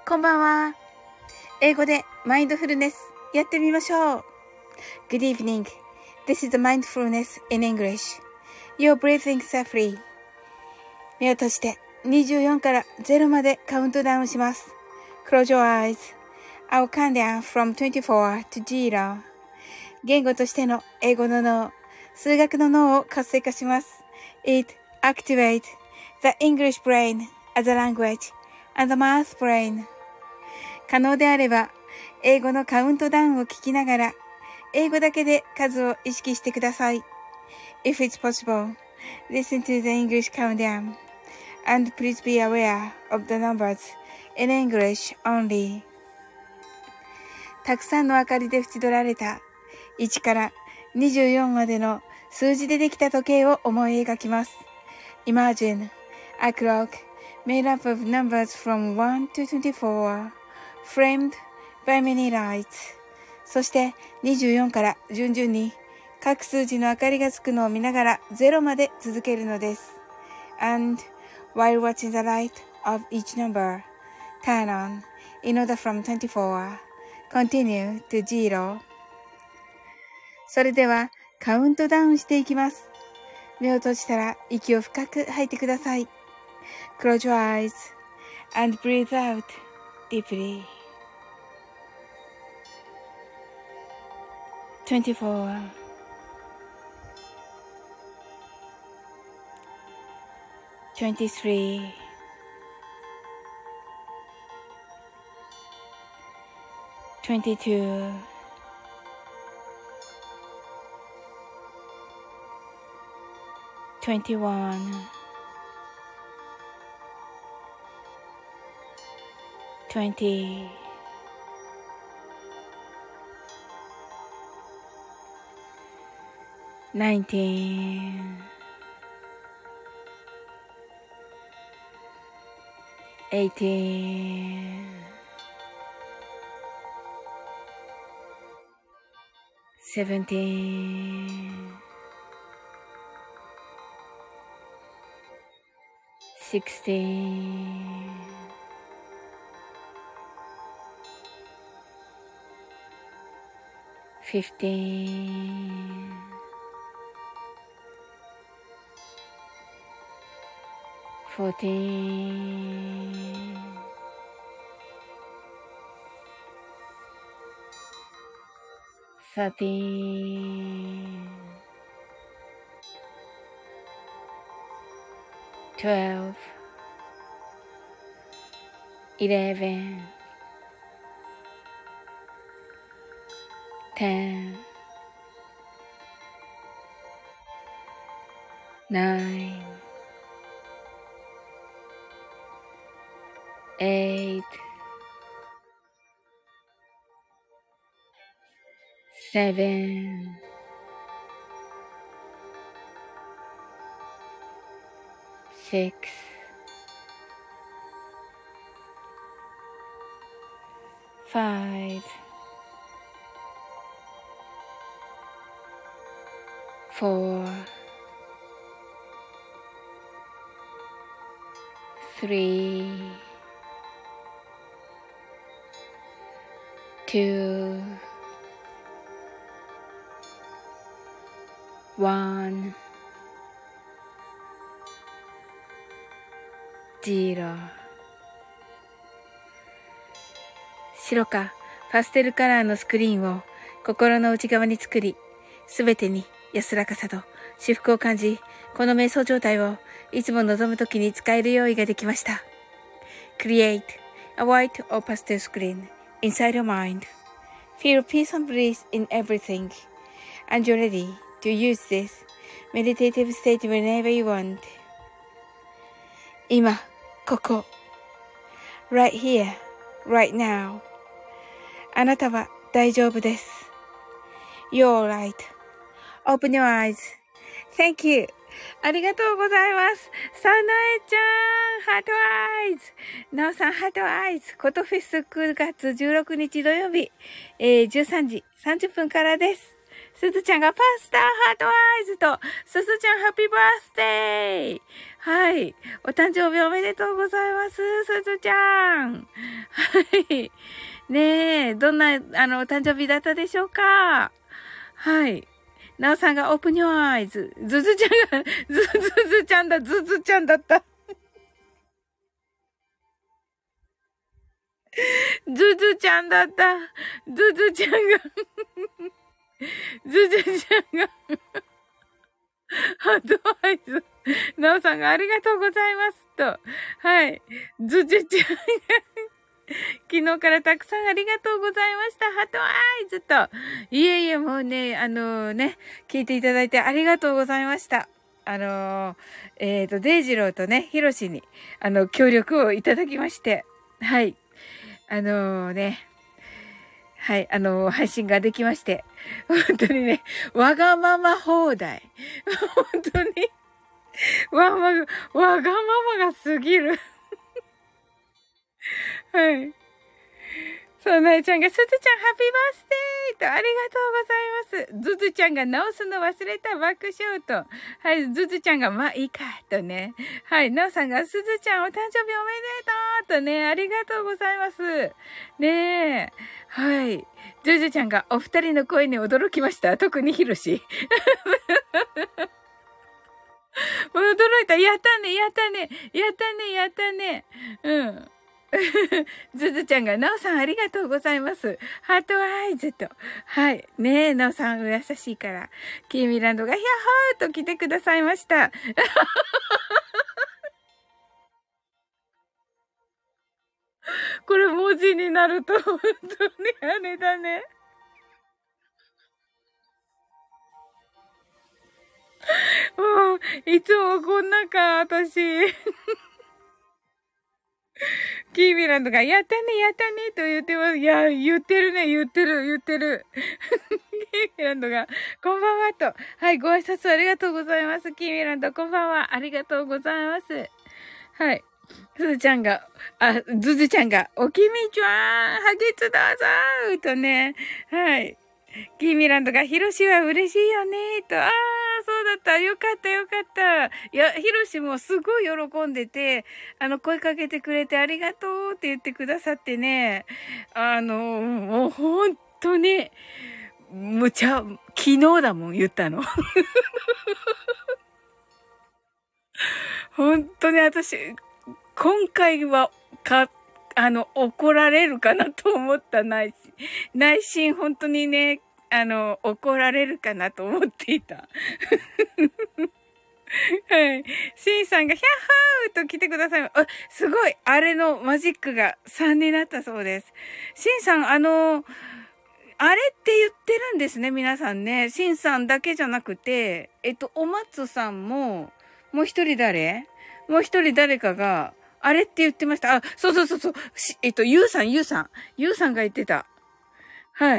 こんばんは。英語でマインドフルネスやってみましょう。Good evening. This is the mindfulness in English. You're breathing safely. 目を閉じて24から0までカウントダウンします。Close your eyes. I'll count down from 24 to 0. 言語としての英語の脳、数学の脳を活性化します。It activates the English brain as a language and the math brain. 可能であれば、英語のカウントダウンを聞きながら、英語だけで数を意識してください。If it's possible, listen to the English countdown, and please be aware of the numbers in English only. たくさんの明かりで縁取られた1から24までの数字でできた時計を思い描きます。Imagine a clock made up of numbers from 1 to 24.Framed by many lights. そして24から順々に各数字の明かりがつくのを見ながら0まで続けるのです。And while watching the light of each number, turn on in order from 24, continue to 0. それではカウントダウンしていきます。目を閉じたら息を深く吐いてください。Close your eyes and breathe out deeply.24 23 22 21 20 19 18 17 16 15 14 13 12 11 10 9 8 7 6 5 4 3 2 1 0。白かパステルカラーのスクリーンを心の内側に作り、すべてに安らかさと至福を感じ、この瞑想状態をいつも望むときに使える用意ができました。Create a white or pastel screen inside your mind. Feel peace and bliss in everything. And you're ready to use this meditative state whenever you want. 今、ここ。Right here, right now. あなたは大丈夫です。You're right.Open your eyes. Thank you. ありがとうございます。さなえちゃん、ハートアイズ。なおさん、ハートアイズ。ことフェス9月16日土曜日、13時30分からです。 すずちゃんがパスタハートアイズと、すずちゃんハッピーバースデー。はい。お誕生日おめでとうございます。すずちゃん。はい。ねえ、どんな、お誕生日だったでしょうか？はい。なおさんがオープニューアイズ。ずずちゃんが、ずずちゃんだ、ずずちゃんだった。ずずちゃんだった。ずずちゃんがずずちゃんがアドバイス。なおさんがありがとうございますと。はい。ずずちゃんが昨日からたくさんありがとうございました。ハートアイズと。いえいえ、もうね、聞いていただいてありがとうございました。デイジローとね、ヒロシに、協力をいただきまして。はい。はい、配信ができまして。本当にね、わがまま放題。本当に、わがままが過ぎる。はい。そう、なえちゃんが、すずちゃんハッピーバースデーとありがとうございます。ずずちゃんが直すの忘れた爆笑と。はい、ずずちゃんが、まあいいか、とね。はい、なおさんが、すずちゃんお誕生日おめでとうとね、ありがとうございます。ねえ。はい。ずずちゃんが、お二人の声に驚きました。特にひろし。驚いた。やったね、やったね。やったね、やったね。うん。ずずちゃんが、なおさんありがとうございます。ハートアイズと。はい。ねえ、なおさん優しいから。キーミランドが、ヒャッホーと来てくださいました。これ文字になると、本当にあれだね。もう、いつもこんなか、私。キーミランドが、やったね、やったね、と言ってます。いや、言ってるね、言ってる、言ってる。キーミランドが、こんばんはと。はい、ご挨拶ありがとうございます。キーミランド、こんばんは。ありがとうございます。はい。すずちゃんが、ずずちゃんが、おきみちゃん、ハゲツどうぞとね。はい。キーミランドが、ヒロシは嬉しいよねと。そうだった。よかった、よかった。いや、ヒロシもすごい喜んでて、声かけてくれてありがとうって言ってくださってね。もう本当に、昨日だもん、言ったの。本当に私、今回は、怒られるかなと思った内心本当にね、怒られるかなと思っていた。はい。シンさんがヒャッハーと来てください。すごい。あれのマジックが3になったそうです。シンさん、あれって言ってるんですね、皆さんね。シンさんだけじゃなくて、お松さんも、もう一人誰かが、あれって言ってました。そう。ゆうさんが言ってた。はい。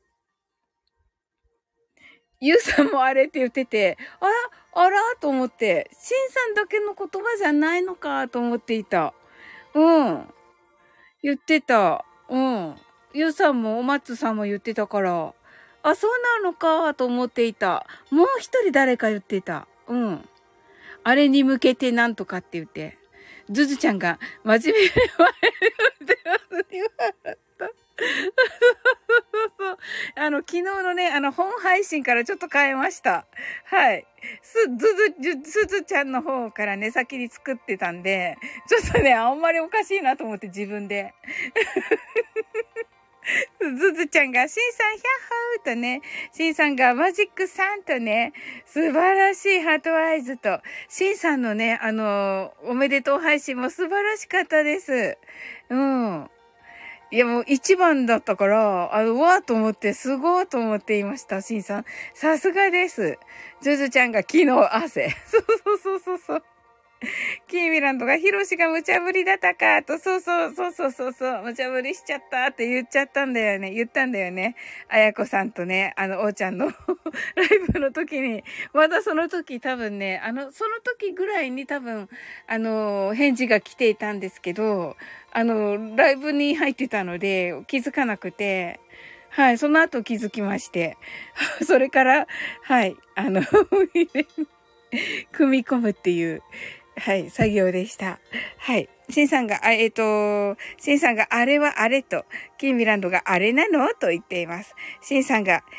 ゆうさんもあれって言ってて、あらと思って、しんさんだけの言葉じゃないのかと思っていた。うん。言ってた。うん。ゆうさんもお松さんも言ってたから、そうなのかと思っていた。もう一人誰か言ってた。うん。あれに向けてなんとかって言って。ズズちゃんが真面目に言われた。そう。昨日のね、本配信からちょっと変えました。はい。すずちゃんの方からね、先に作ってたんで、ちょっとね、あんまりおかしいなと思って自分で。ずずちゃんが、しんさん、ヒャッハーとね、しんさんがマジック3とね、素晴らしいハートアイズと、しんさんのね、おめでとう配信も素晴らしかったです。うん。いやもう一番だったから、わーと思って、すごーと思っていました、しんさん。さすがです。ずずちゃんが昨日汗。そう。キーミランドがヒロシが無茶ぶりだったか、と、そう。無茶ぶりしちゃったって言ったんだよね。あやこさんとね、おーちゃんのライブの時に、まだその時多分ね、その時ぐらいに多分、返事が来ていたんですけど、ライブに入ってたので、気づかなくて、 はい、その後気づきまして。それから、はい、組み込むっていう、はい、作業でした。はい。シンさんが、シンさんがあれはあれと、キーミランドがあれなのと言っています。シンさんが、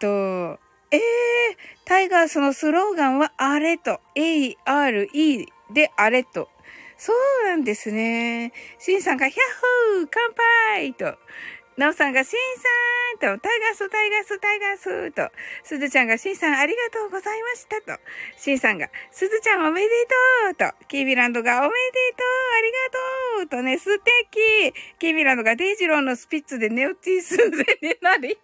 タイガースのスローガンはあれと、ARE であれと。そうなんですね。シンさんが、ヒャッホー乾杯と。なおさんが、シンさんと、タイガース、タイガース、タイガースと、すずちゃんが、シンさんありがとうございましたと、シンさんが、すずちゃんおめでとうと、キービランドがおめでとう、ありがとうとね、素敵キービランドがデイジローのスピッツで寝落ち寸前になり、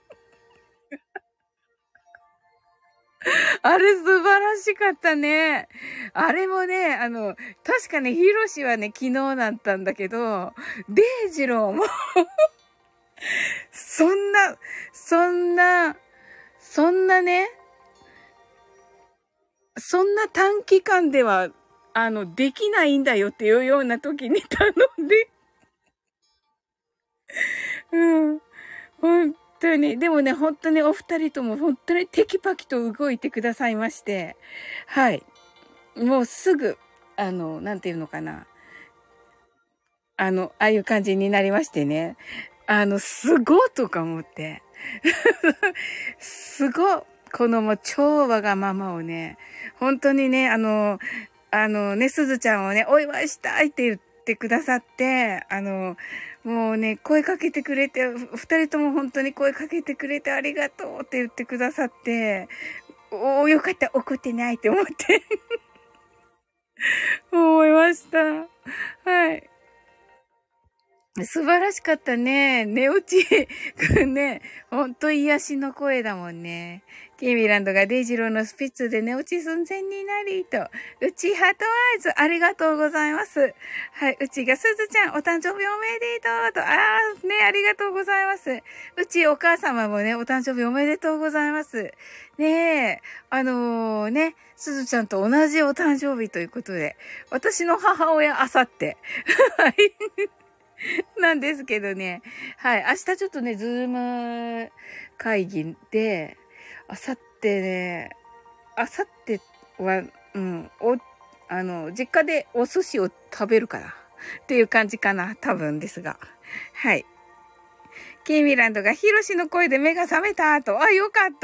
あれ素晴らしかったね。あれもね、確かね、ヒロシはね、昨日だったんだけど、デイジローもそんなね、そんな短期間では、できないんだよっていうような時に頼んで、うん。本当に。でもね、本当にお二人とも本当にテキパキと動いてくださいまして、はい。もうすぐ、なんていうのかな。ああいう感じになりましてね。すごーとか思って。すごっ。このもう超わがままをね、本当にね、ね、すずちゃんをね、お祝いしたいって言ってくださって、もうね、声かけてくれて、二人とも本当に声かけてくれてありがとうって言ってくださって、よかった、怒ってないって思って思いました。はい。素晴らしかったね。寝落ちね。ほんと癒しの声だもんね。キーミランドがデイジローのスピッツで寝落ち寸前になりと。うちハートアイズありがとうございます。はい。うちがすずちゃんお誕生日おめでとうと。ね、ありがとうございます。うちお母様もね、お誕生日おめでとうございます。ねえ、ね、すずちゃんと同じお誕生日ということで、私の母親あさって。はい。なんですけどね。はい。明日ちょっとね、ズーム会議で、明後日ね、明後日は、うん、実家でお寿司を食べるかな。っていう感じかな。多分ですが。はい。キーミランドがヒロシの声で目が覚めた後、よかった。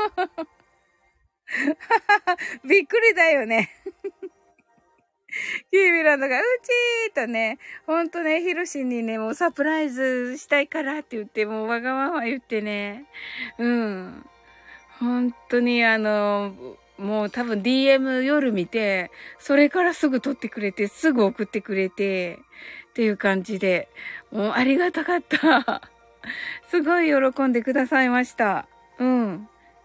びっくりだよね。キーミランドが、うちーとね、ほんとね、ヒロシにね、もうサプライズしたいからって言って、もうわがまま言ってね、うん。本当にもう多分 DM 夜見て、それからすぐ撮ってくれて、すぐ送ってくれて、っていう感じで、もうありがたかった。すごい喜んでくださいました。うん。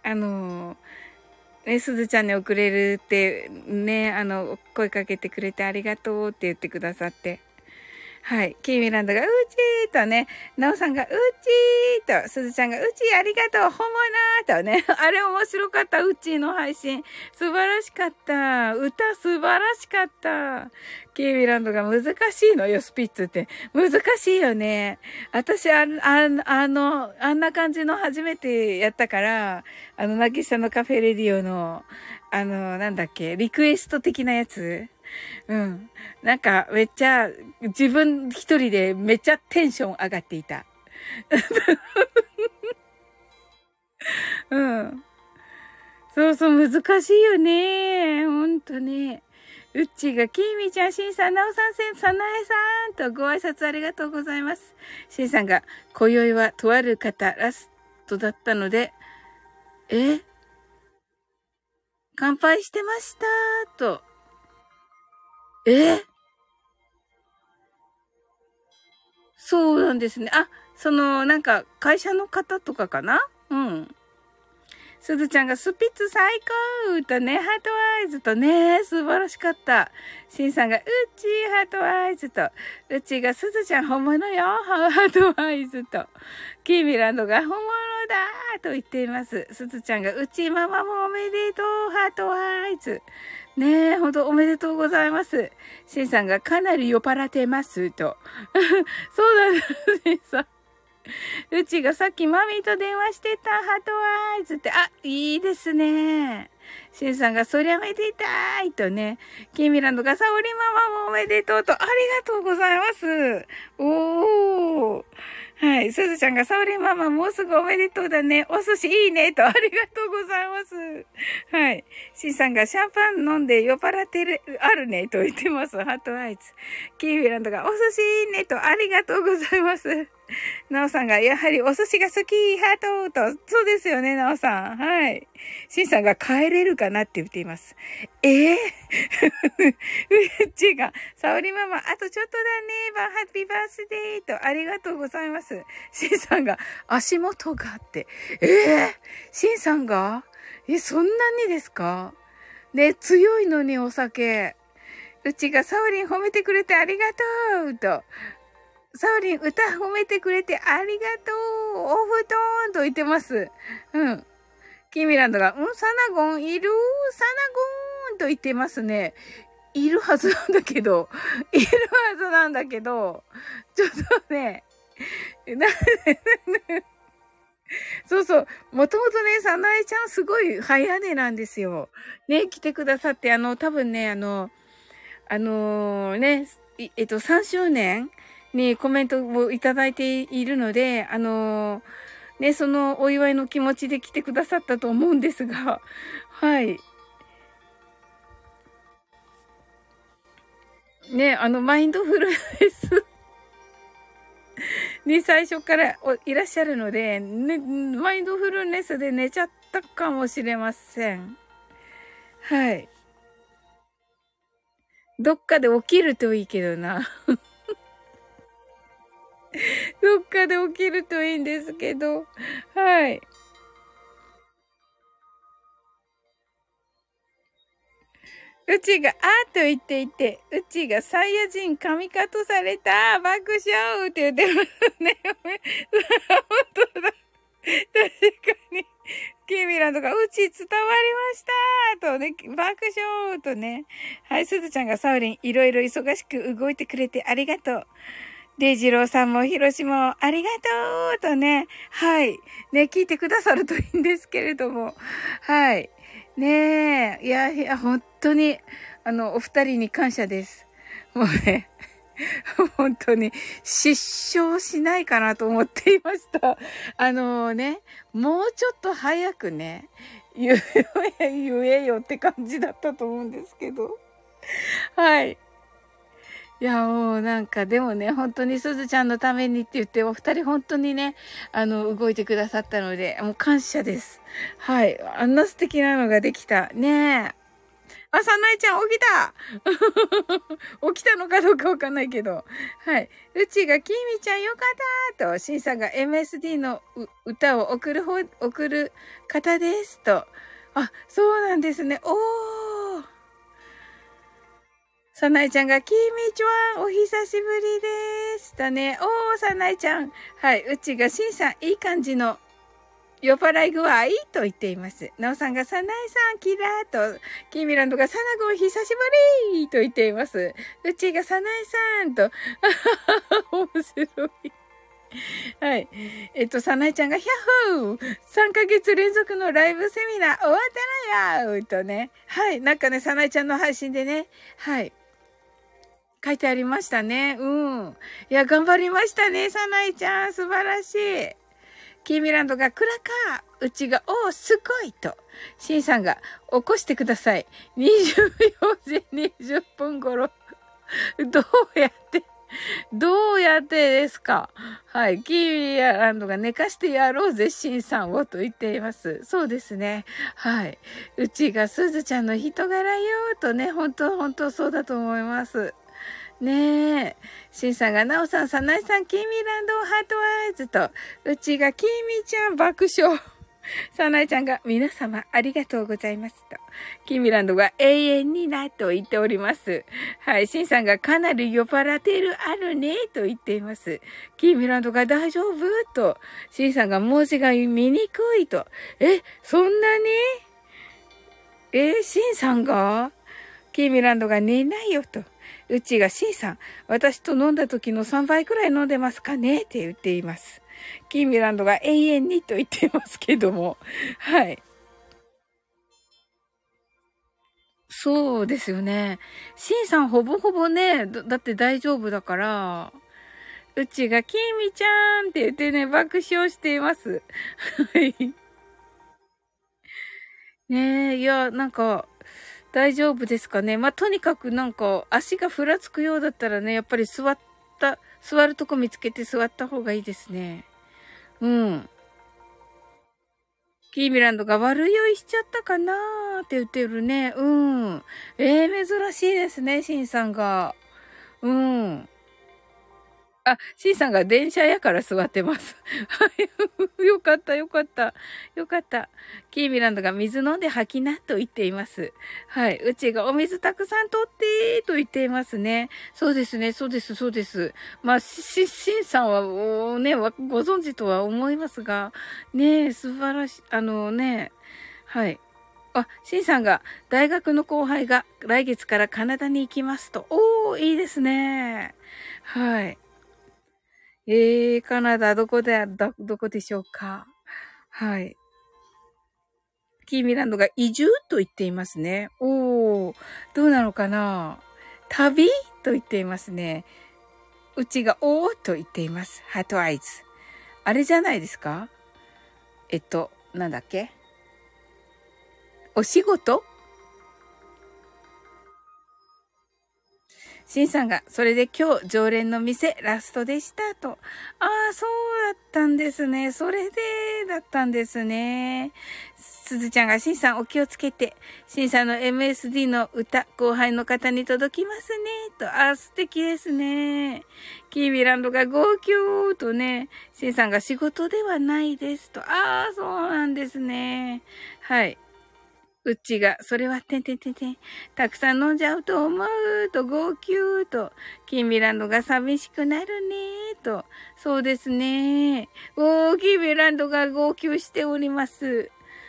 ね、すずちゃんに送れるって、ね、声かけてくれてありがとうって言ってくださって。はい。キーミランドが、うちーとね、なおさんが、うちーと、すずちゃんが、うちーありがとう、ほもなーとね、あれ面白かった、うちーの配信。素晴らしかった。歌素晴らしかった。キーミランドが難しいのよ、スピッツって。難しいよね。私、あんな感じの初めてやったから、なぎさのカフェレディオの、なんだっけ、リクエスト的なやつうん。なんか、めっちゃ、自分一人でめっちゃテンション上がっていた。うん。そうそう、難しいよね。ほんとね。うっちーが、きみちゃん、しんさん、なおさん、さなえさんとご挨拶ありがとうございます。しんさんが、今宵はとある方、ラストだったので、乾杯してました、と。そうなんですね。なんか、会社の方とかかなうん。すずちゃんがスピッツ最高とね、ハートアイズとね、素晴らしかった。しんさんが、うちハートアイズと、うちがすずちゃん本物よ、ハートアイズと、キーミランドが本物だと言っています。すずちゃんが、うちママもおめでとう、ハートアイズ。ねえ、ほんとおめでとうございます。しんさんがかなり酔っ払ってますと。そうなんです、しんさん。 うちがさっきマミーと電話してた、ハートアイズって、あ、いいですね。シンさんが、そりゃめでたいとね、キーミランドが、サオリママもおめでとうと、ありがとうございます。おー。はい。すずちゃんが、サオリンママもうすぐおめでとうだね。お寿司いいね。と、ありがとうございます。はい。シンさんが、シャンパン飲んで酔っ払ってる、あるね。と言ってます。ハートアイズ。キーミランドが、お寿司いいね。と、ありがとうございます。なおさんが、やはりお寿司が好き、ハートと、そうですよね、なおさん。はい。シンさんが帰れるかなって言っています。うちが、サオリママ、あとちょっとだね、ハッピーバースデーと、ありがとうございます。シンさんが、足元がって、シンさんがそんなにですかね、強いのにお酒。うちがサオリン褒めてくれてありがとうと、サオリン歌褒めてくれてありがとうお布団と言ってます。うん。キーミランドが、サナゴンいるサナゴンと言ってますね。いるはずなんだけど、ちょっとね、そうそう、もともとね、サナエちゃんすごい早寝なんですよ。ね、来てくださって、多分ね、ね、3周年にコメントをいただいているので、ね、そのお祝いの気持ちで来てくださったと思うんですが、はい。ね、マインドフルネスに最初からいらっしゃるので、ね、マインドフルネスで寝ちゃったかもしれません。はい。どっかで起きるといいけどな。どっかで起きるといいんですけど。はい。うちが、と言っていて、うちがサイヤ人髪カットされた爆笑って言ってますね。本当だ。確かに。キーミランドが、うち伝わりましたとね、爆笑とね。はい、すずちゃんがサウリン、いろいろ忙しく動いてくれてありがとう。デイジローさんもヒロシもありがとうとね。はい。ね、聞いてくださるといいんですけれども。はい。ねえ。いや、本当に、お二人に感謝です。もうね、本当に失笑しないかなと思っていました。ね、もうちょっと早くね、言えよって感じだったと思うんですけど。はい。いや、もうなんか、でもね、本当にすずちゃんのためにって言って、お二人本当にね、動いてくださったので、もう感謝です。はい。あんな素敵なのができた。ねえ。あ、さなえちゃん起きた起きたのかどうかわかんないけど。はい。うちがきみちゃんよかったと、しんさんが MSD の歌を送る方ですと。あ、そうなんですね。おー。さなえちゃんが、きみちはお久しぶりです。だね。おー、さなえちゃん。はい。うちがしんさん、いい感じの酔っ払い具合と言っています。なおさんが、さなえさん、キラーと、キーミランドが、さなご久しぶりと言っています。うちが、さなえさんと、面白い。はい。さなえちゃんが、ヒャッホー !3 ヶ月連続のライブセミナー終わったらやーとね。はい。なんかね、さなえちゃんの配信でね。はい。書いてありましたね。うん。いや、頑張りましたね、さなえちゃん。素晴らしい。キーミランドが、クラカーうちが、おー、すごいと。シンさんが、起こしてください。24時20分頃。どうやってですか？はい。キーミランドが寝かしてやろうぜ、シンさんをと言っています。そうですね。はい。うちがすずちゃんの人柄よとね、本当そうだと思います。ねえ。シンさんが、ナオさん、サナイさん、キーミランド、ハートアイズと、うちが、キーミちゃん、爆笑。サナイちゃんが、皆様、ありがとうございますと。キーミランドが、永遠にな、と言っております。はい。シンさんが、かなり酔っ払ってる、あるね、と言っています。キーミランドが、大丈夫と。シンさんが、文字が見にくいと。そんなにシンさんがキーミランドが寝ないよと。 うちが C さん、私と飲んだ時の3倍くらい飲んでますかねって言っています。キーミランドが永遠にと言っていますけども。はい。そうですよね。C さんほぼほぼね、だって大丈夫だから、うちがキーミちゃんって言ってね、爆笑しています。はい。ねえ、いや、なんか、大丈夫ですかね。まあ、とにかくなんか、足がふらつくようだったらね、やっぱり座るとこ見つけて座った方がいいですね。うん。キーミランドが悪酔いしちゃったかなーって言ってるね。うん。珍しいですね、シンさんが。うん。あ、シンさんが電車やから座ってます。はい。よかった、よかった。よかった。キーミランドが水飲んで吐きなと言っています。はい。うちがお水たくさん取ってと言っていますね。そうですね。そうです、そうです。まあ、シンさんは、ご存知とは思いますが、ねえ、素晴らしい。はい。あ、シンさんが、大学の後輩が来月からカナダに行きますと。おー、いいですね。はい。カナダ、どこでしょうか。はい。キーミランドが移住と言っていますね。おー、どうなのかな。旅と言っていますね。うちがおーと言っています。ハートアイズ。あれじゃないですか。なんだっけ。お仕事。シンさんが、それで今日常連の店ラストでしたと。ああ、そうだったんですね。それで、だったんですね。すずちゃんが、シンさんお気をつけて。シンさんの MSD の歌、後輩の方に届きますね。と、素敵ですね。キービランドが号泣とね、シンさんが仕事ではないですと。そうなんですね。はい。うっちが、それは、たくさん飲んじゃうと思う、と、号泣、と、キーミランドが寂しくなるね、と、そうですね。キーミランドが号泣しております。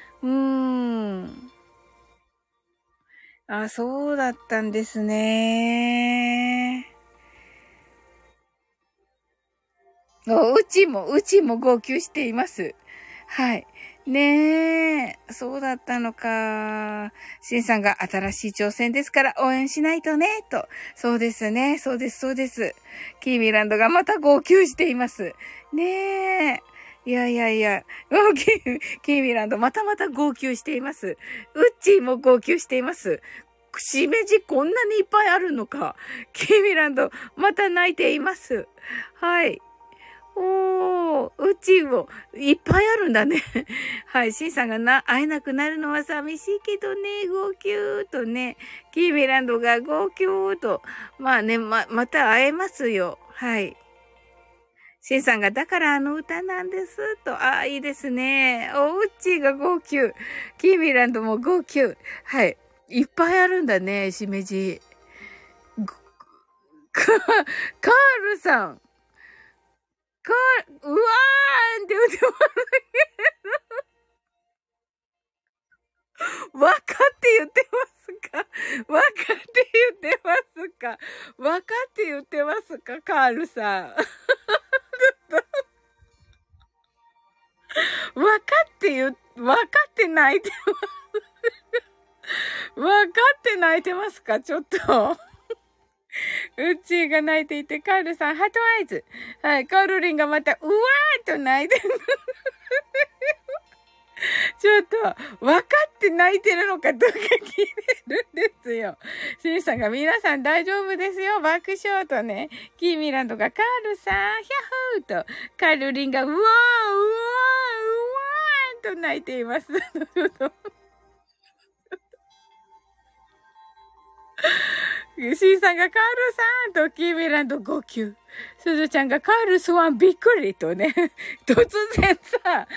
そうだったんですね。うちも号泣しています。はい。ねえ、そうだったのか。シンさんが新しい挑戦ですから応援しないとね、と。そうですね、そうです、そうです。キーミランドがまた号泣しています。ねえ。いやいやいや、キーミランドまたまた号泣しています。ウッチーも号泣しています。しめじこんなにいっぱいあるのか。キーミランドまた泣いています。はい。うちもいっぱいあるんだね。はい、シンさんが会えなくなるのは寂しいけどね、号泣とね、キーミランドが号泣と、まあね、また会えますよ。はい。シンさんが、だからあの歌なんです、と、いいですね。うちが号泣。キーミランドも号泣。はい。いっぱいあるんだね、しめじ。カールさん。うわーんって言ってます。わかって言ってますか。わかって言ってますか。わかって言ってますか、カールさん。わかって泣いて、わかって泣いてますか、ちょっと。うちが泣いていて、カールさん、ハートアイズ。はい、カールリンがまた、うわーっと泣いてる。ちょっと、分かって泣いてるのかどうか聞いてるんですよ。シンさんが皆さん大丈夫ですよ。爆笑とね。キーミランドがカールさん、ヒャッホーと、カールリンがうわー、うわー、うわーと泣いています。シンさんがカールさんとキーミランド号泣。すずちゃんがカールスワンびっくりとね。突然さ、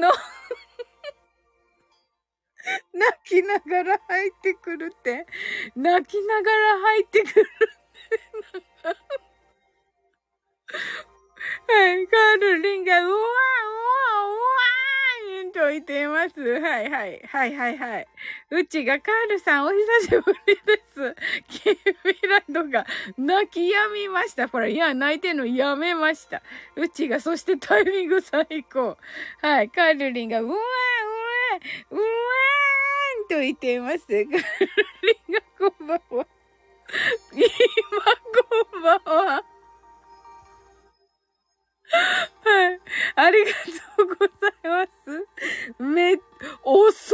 泣きながら入ってくるって。泣きながら入ってくる。はい、カールリンが、うわー、うわー、うわー、 と言っています。はいはい。はいはいはい。うちがカールさんお久しぶりです。キーミランドが泣き止みました。ほら、いや、泣いてんのやめました。うちが、そしてタイミング最高。はい。カールリンが、うわーうわーうわーんと言っています。カールリンがこんばんは。今こんばんは。はい。ありがとうございます。遅っ。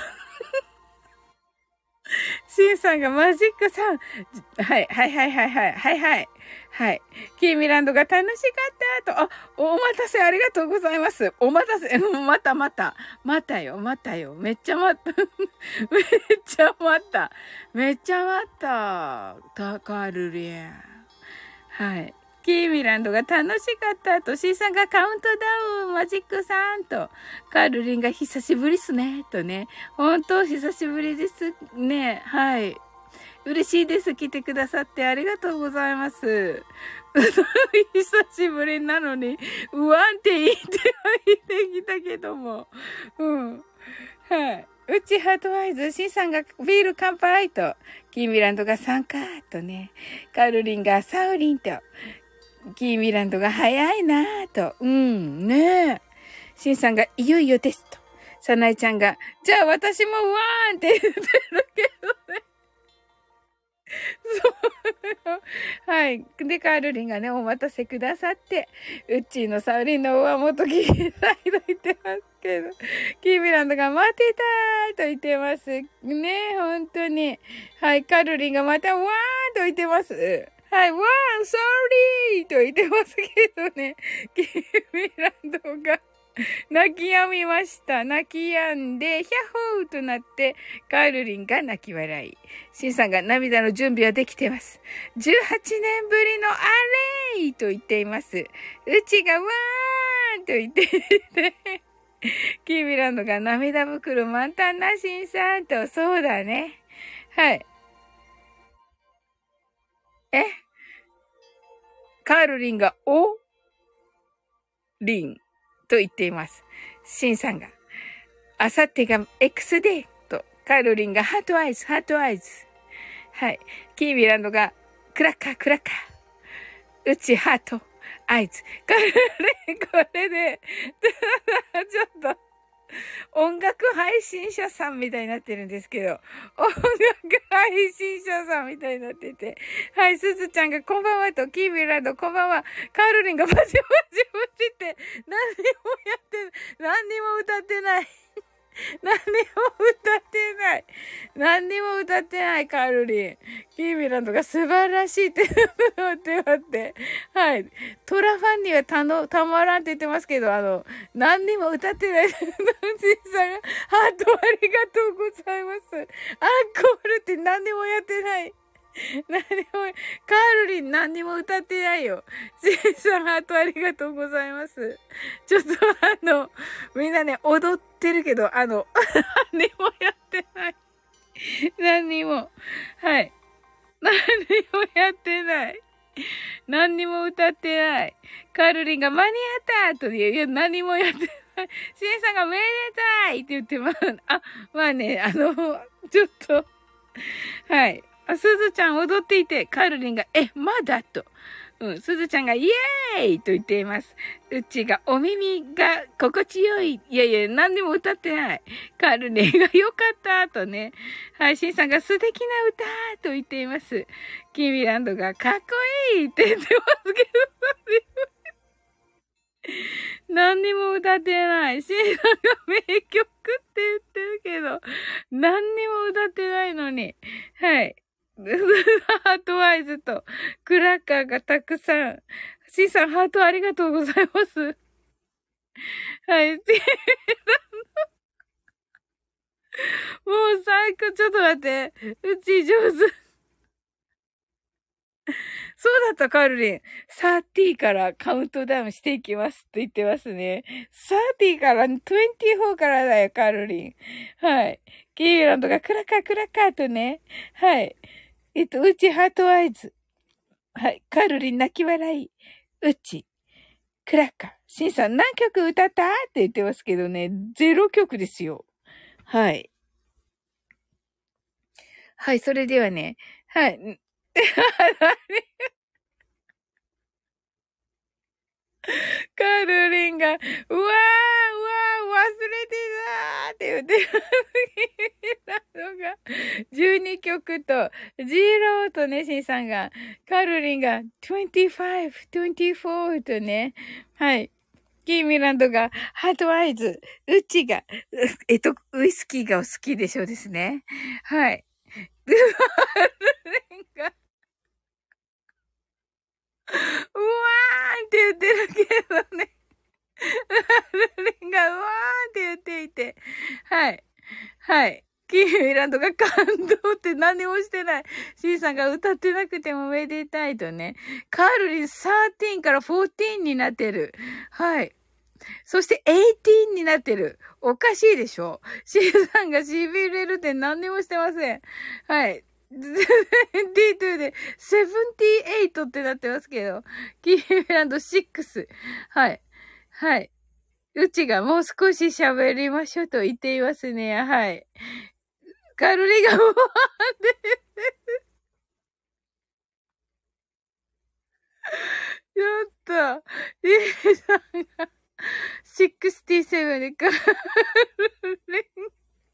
シンさんがマジックさん。はい、はい、はい、はい、はい、はい、はい。はい。キーミランドが楽しかったと。あ、お待たせありがとうございます。お待たせ、またまた。またよ、またよ。めっちゃ待った。めっちゃ待った。めっちゃ待った。カールリアン。はい。キーミランドが楽しかったと、シーさんがカウントダウン、マジックさんと、カールリンが久しぶりっすね、とね。本当久しぶりですね。はい。嬉しいです。来てくださってありがとうございます。久しぶりなのに、うわんって言ってきたけども。うん。はい。うちハートワイズ、シンさんがビール乾杯と、キーミランドが参加とね、カールリンがサウリンと、キーミランドが早いなぁと。うん、ねえ。シンさんがいよいよですと。サナイちゃんが、じゃあ私もわーんって言ってるけどね。そう。はい。で、カールリンがね、お待たせくださって、うっちーのサウリンの上元気ないと言ってますけど、キーミランドが待ってたーと言ってます。ね、本当に。はい、カールリンがまたわーんと言ってます。はい、わーん、ソーリーと言ってますけどね、キーミランドが泣き止みました。泣き止んで、ヒャッホーとなって、カールリンが泣き笑い。シンさんが涙の準備はできてます。18年ぶりのあれーと言っています。うちがわーんと言ってて、キーミランドが涙袋満タンなシンさんと、そうだね。はい。カールリンがリンと言っています。シンさんが、あさってが X デーと、カールリンがハートアイズ、ハートアイズ。はい。キーミランドが、クラッカー、クラッカー。うち、ハート、アイズ。カールリン、これで、ちょっと、音楽配信者さんみたいになってるんですけど、音楽配信者さんみたいになってて、はい、すずちゃんがこんばんはと、キーミランドこんばんは、カールリンがバチバチバチって、何にも歌ってない。何にも歌ってない。何にも歌ってない、カールリン。キーミランドが素晴らしいって、待って。はい。トラファンにはたまらんって言ってますけど、何にも歌ってない。ナンシーさんが、ハートありがとうございます。アンコールって何にもやってない。何も、カールリン何にも歌ってないよ。シンさんハートありがとうございます。ちょっとみんなね、踊ってるけど、何にもやってない。何にも。はい。何にもやってない。何にも歌ってない。カールリンが間に合ったといや、何もやってない。シエさんがめでたいって言ってます。まあね、ちょっと、はい。すずちゃん踊っていて、カールリンが、まだと。すずちゃんがイエーイと言っています。うちがお耳が心地よい。いや、何にも歌ってない。カールリンがよかったとね。はい、シンさんが素敵な歌と言っています。キーミランドがかっこいいって言ってますけど、何にも歌ってない。シンさんが名曲って言ってるけど、何にも歌ってないのに。はい。ハートワイズとクラッカーがたくさん。シーさん、ハートありがとうございます。はい。もう最高、ちょっと待って。うち上手。そうだった、カールリン。30からカウントダウンしていきますって言ってますね。30から24からだよ、カールリン。はい。キーランドがクラッカークラッカーとね。はい。うちハートアイズ。はい。カールリン泣き笑い。うち。 クラッカー。シンさん何曲歌ったって言ってますけどね、0曲ですよ。はい。はい、それではね、はい。カルリンが、うわー、うわー、忘れてたーって言ってたのが、12曲と、ジーローとね、シンさんが、カルリンが25、24とね、はい。キーミランドが、ハートアイズ、ウッチが、ウイスキーがお好きでしょうですね。はい。カルリンが、うわーって言ってるけどね。ルリンが、うわーって言っていて。はい。はい。キーミランドが感動って何もしてない。シーさんが歌ってなくてもめでたいとね。カールリン13から14になってる。はい。そして18になってる。おかしいでしょ？シーさんが痺れるって何にもしてません。はい。D2 で78ってなってますけど。キーミランド6。はい。はい。うちがもう少し喋りましょうと言っていますね。はい。カルリがもう、ちょっと、リーさんが、67でカルリ、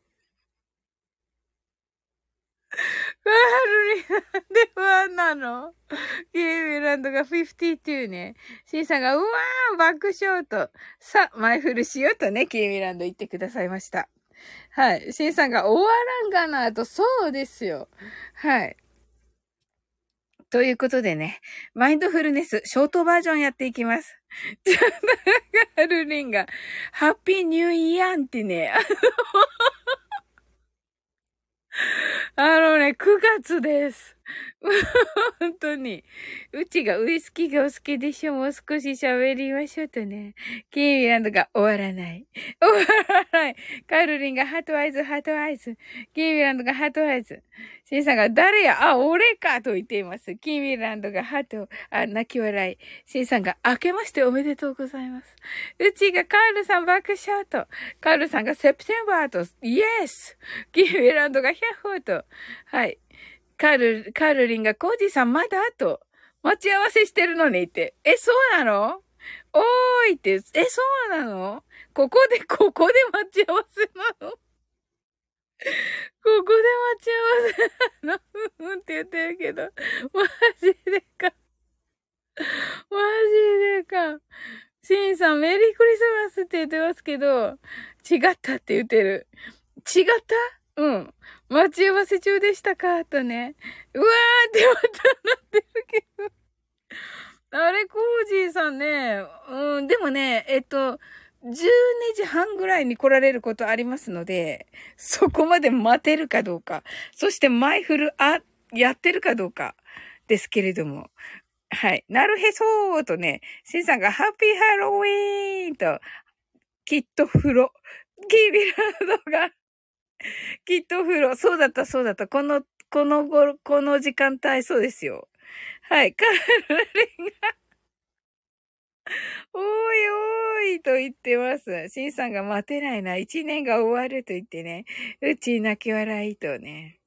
カルリなんでワンなの？キーミランドが52ね。シンさんが、うわー爆笑と。さあ、前振りしようとね、キーミランド言ってくださいました。はい。シンさんが終わらんがなと、そうですよ。はい。ということでね、マインドフルネス、ショートバージョンやっていきます。ガルリンが、ハッピーニューイヤーってね、9月です。本当に。うちがウイスキーがお好きでしょ？もう少し喋りましょうとね。キーミランドが終わらない。終わらない。カルリンがハートアイズ、ハートアイズ。キーミランドがハートアイズ。シンさんが誰や？あ、俺かと言っています。キーミランドがハート、泣き笑い。シンさんが明けましておめでとうございます。うちがカールさん爆笑と。カールさんがセプテンバーと。イエス。キーミランドがヒャッホーと。はい。カルリンがコージさんまだと、待ち合わせしてるのにって。そうなの？おーいって、そうなの？ここで待ち合わせなの？ここで待ち合わせなの？うんって言ってるけど、マジでか。マジでか。シンさんメリークリスマスって言ってますけど、違ったって言ってる。違った？うん。待ち合わせ中でしたかとね。うわーってまたなってるけど。あれ、コージーさんね、でもね、12時半ぐらいに来られることありますので、そこまで待てるかどうか、そしてマイフル、やってるかどうかですけれども。はい。なるへそーとね、シンさんがハッピーハロウィーンと、きっと風呂。キービラードが、きっと風呂。そうだった、そうだった。この時間帯、そうですよ。はい。カールリンが、おーいおーいと言ってます。シンさんが待てないな。一年が終わると言ってね。うち泣き笑いとね。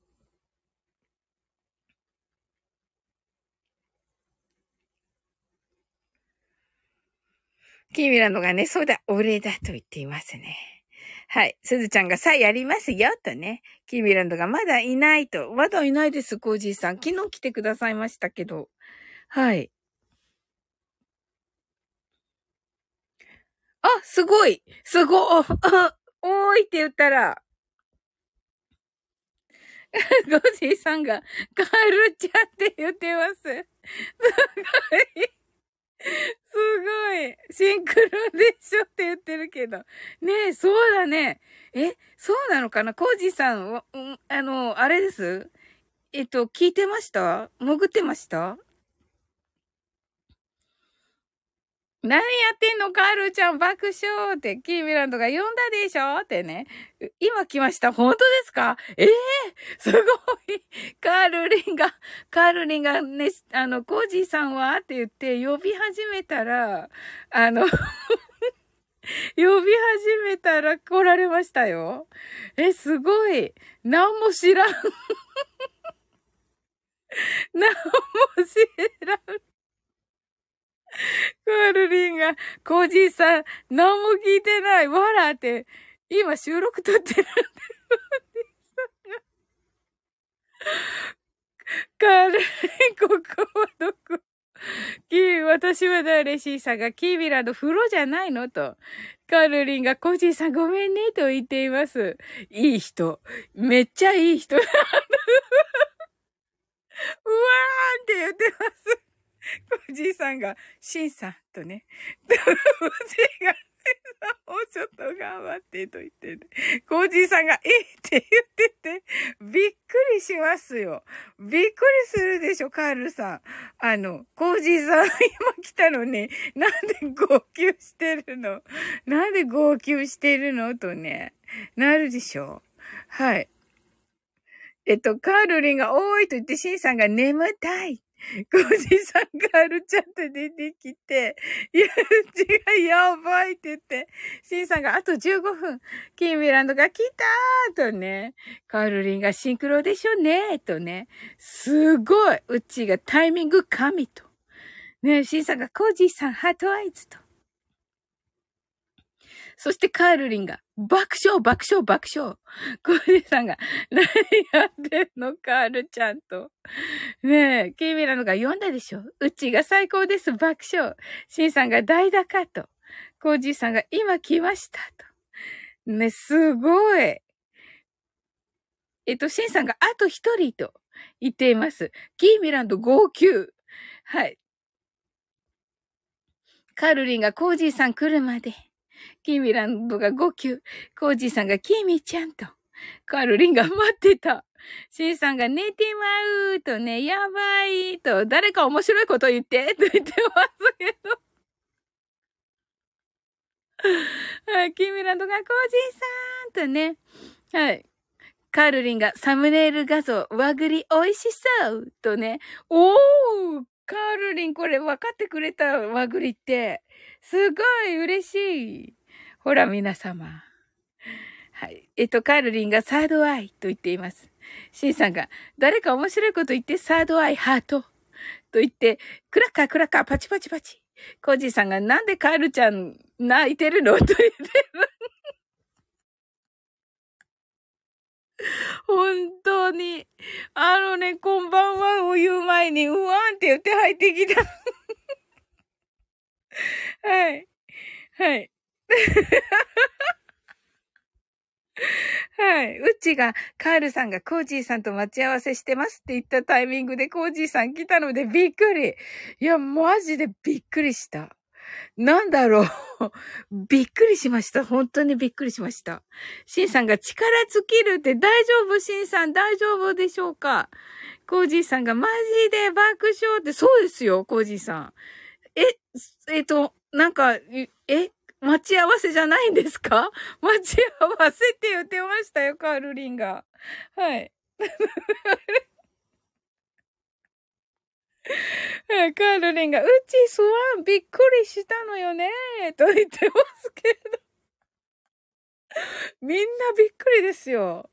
キーミランドがね、そうだ、俺だと言っていますね。はい。すずちゃんがさあやりますよ、とね。キーミランドがまだいないと。まだいないです、コージーさん。昨日来てくださいましたけど。はい。すごいすごおーいって言ったら、ゴジーさんが、カールちゃんって言ってます。すごい。すごい。シンクロでしょって言ってるけど。ねえ、そうだね。そうなのかな？コージーさん、あれです？聞いてました？潜ってました？ 何やってんのカールちゃん爆笑って、キーミランドが呼んだでしょってね。今来ました。本当ですか？すごい。カールリンがね、コージーさんはって言って呼び始めたら、呼び始めたら来られましたよ。すごい。何も知らん。何も知らん。カールリンが、コージーさん、何も聞いてない。わらって、今収録撮ってるんで。カールリン、ここはどこ？私は誰？シーサが、キービラの風呂じゃないのと。カールリンが、コージーさんごめんねと言っています。いい人。めっちゃいい人。うわーって言ってます。コージーさんが、シンさんとね。コージーが、もうちょっと頑張ってと言ってね。コージーさんが、って言ってて、びっくりしますよ。びっくりするでしょ、カールさん。コージーさん、今来たのに、なんで号泣してるの？なんで号泣してるのとね、なるでしょ。はい。カールリンが、おーいと言って、シンさんが眠たい。コージーさんがルチャって出てきて、いや、うちがやばいって言って、シンさんがあと15分、キーミランドが来たーとね、カールリンがシンクロでしょねとね、すごい、うちがタイミング神と。ね、シンさんがコージーさんハートアイズと。そしてカールリンが、爆笑、爆笑、爆笑。コージーさんが、何やってんのカールちゃんと。ねえ、キーミラのが読んだでしょ？うちが最高です、爆笑。シンさんが代打かと。コージーさんが今来ましたと。ね、すごい。シンさんがあと一人と言っています。キーミランド号泣。はい。カルリンがコージーさん来るまで。キーミランドが号泣。コージーさんがキーミちゃんと。カルリンが待ってた。シンさんが寝てまうとね、やばいと、誰か面白いこと言ってと言ってますけど。はい、キーミランドがコージーさんとね。はい。カールリンがサムネイル画像、和栗美味しそうとね。おーカールリンこれ分かってくれた和栗って。すごい嬉しい。ほら皆様。はい。カールリンがサードアイと言っています。シンさんが、誰か面白いこと言って、サードアイハートと言って、クラッカークラッカーパチパチパチ。コージーさんが、なんでカールちゃん泣いてるのと言ってる。本当に。こんばんはを言う前に、うわーんって言って入ってきた。はい。はい。はい。うちが、カールさんがコージーさんと待ち合わせしてますって言ったタイミングでコージーさん来たのでびっくり。いや、マジでびっくりした。なんだろう。びっくりしました。本当にびっくりしました。シンさんが力尽きるって大丈夫？シンさん大丈夫でしょうか？コージーさんがマジで爆笑って、そうですよ、コージーさん。なんか、待ち合わせじゃないんですか？待ち合わせって言ってましたよ、カールリンが。はい。カールリンが、うちスワンびっくりしたのよねと言ってますけど。みんなびっくりですよ。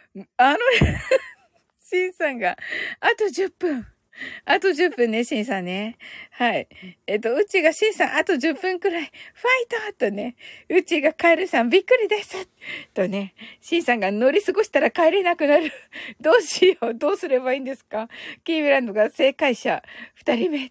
シンさんが、あと10分。あと10分ね、シンさんね。はい。うちがシンさん、あと10分くらい、ファイトとね、うちがカエルさん、びっくりですとね、シンさんが乗り過ごしたら帰れなくなる。どうしよう、どうすればいいんですか？キーミランドが正解者、2人目。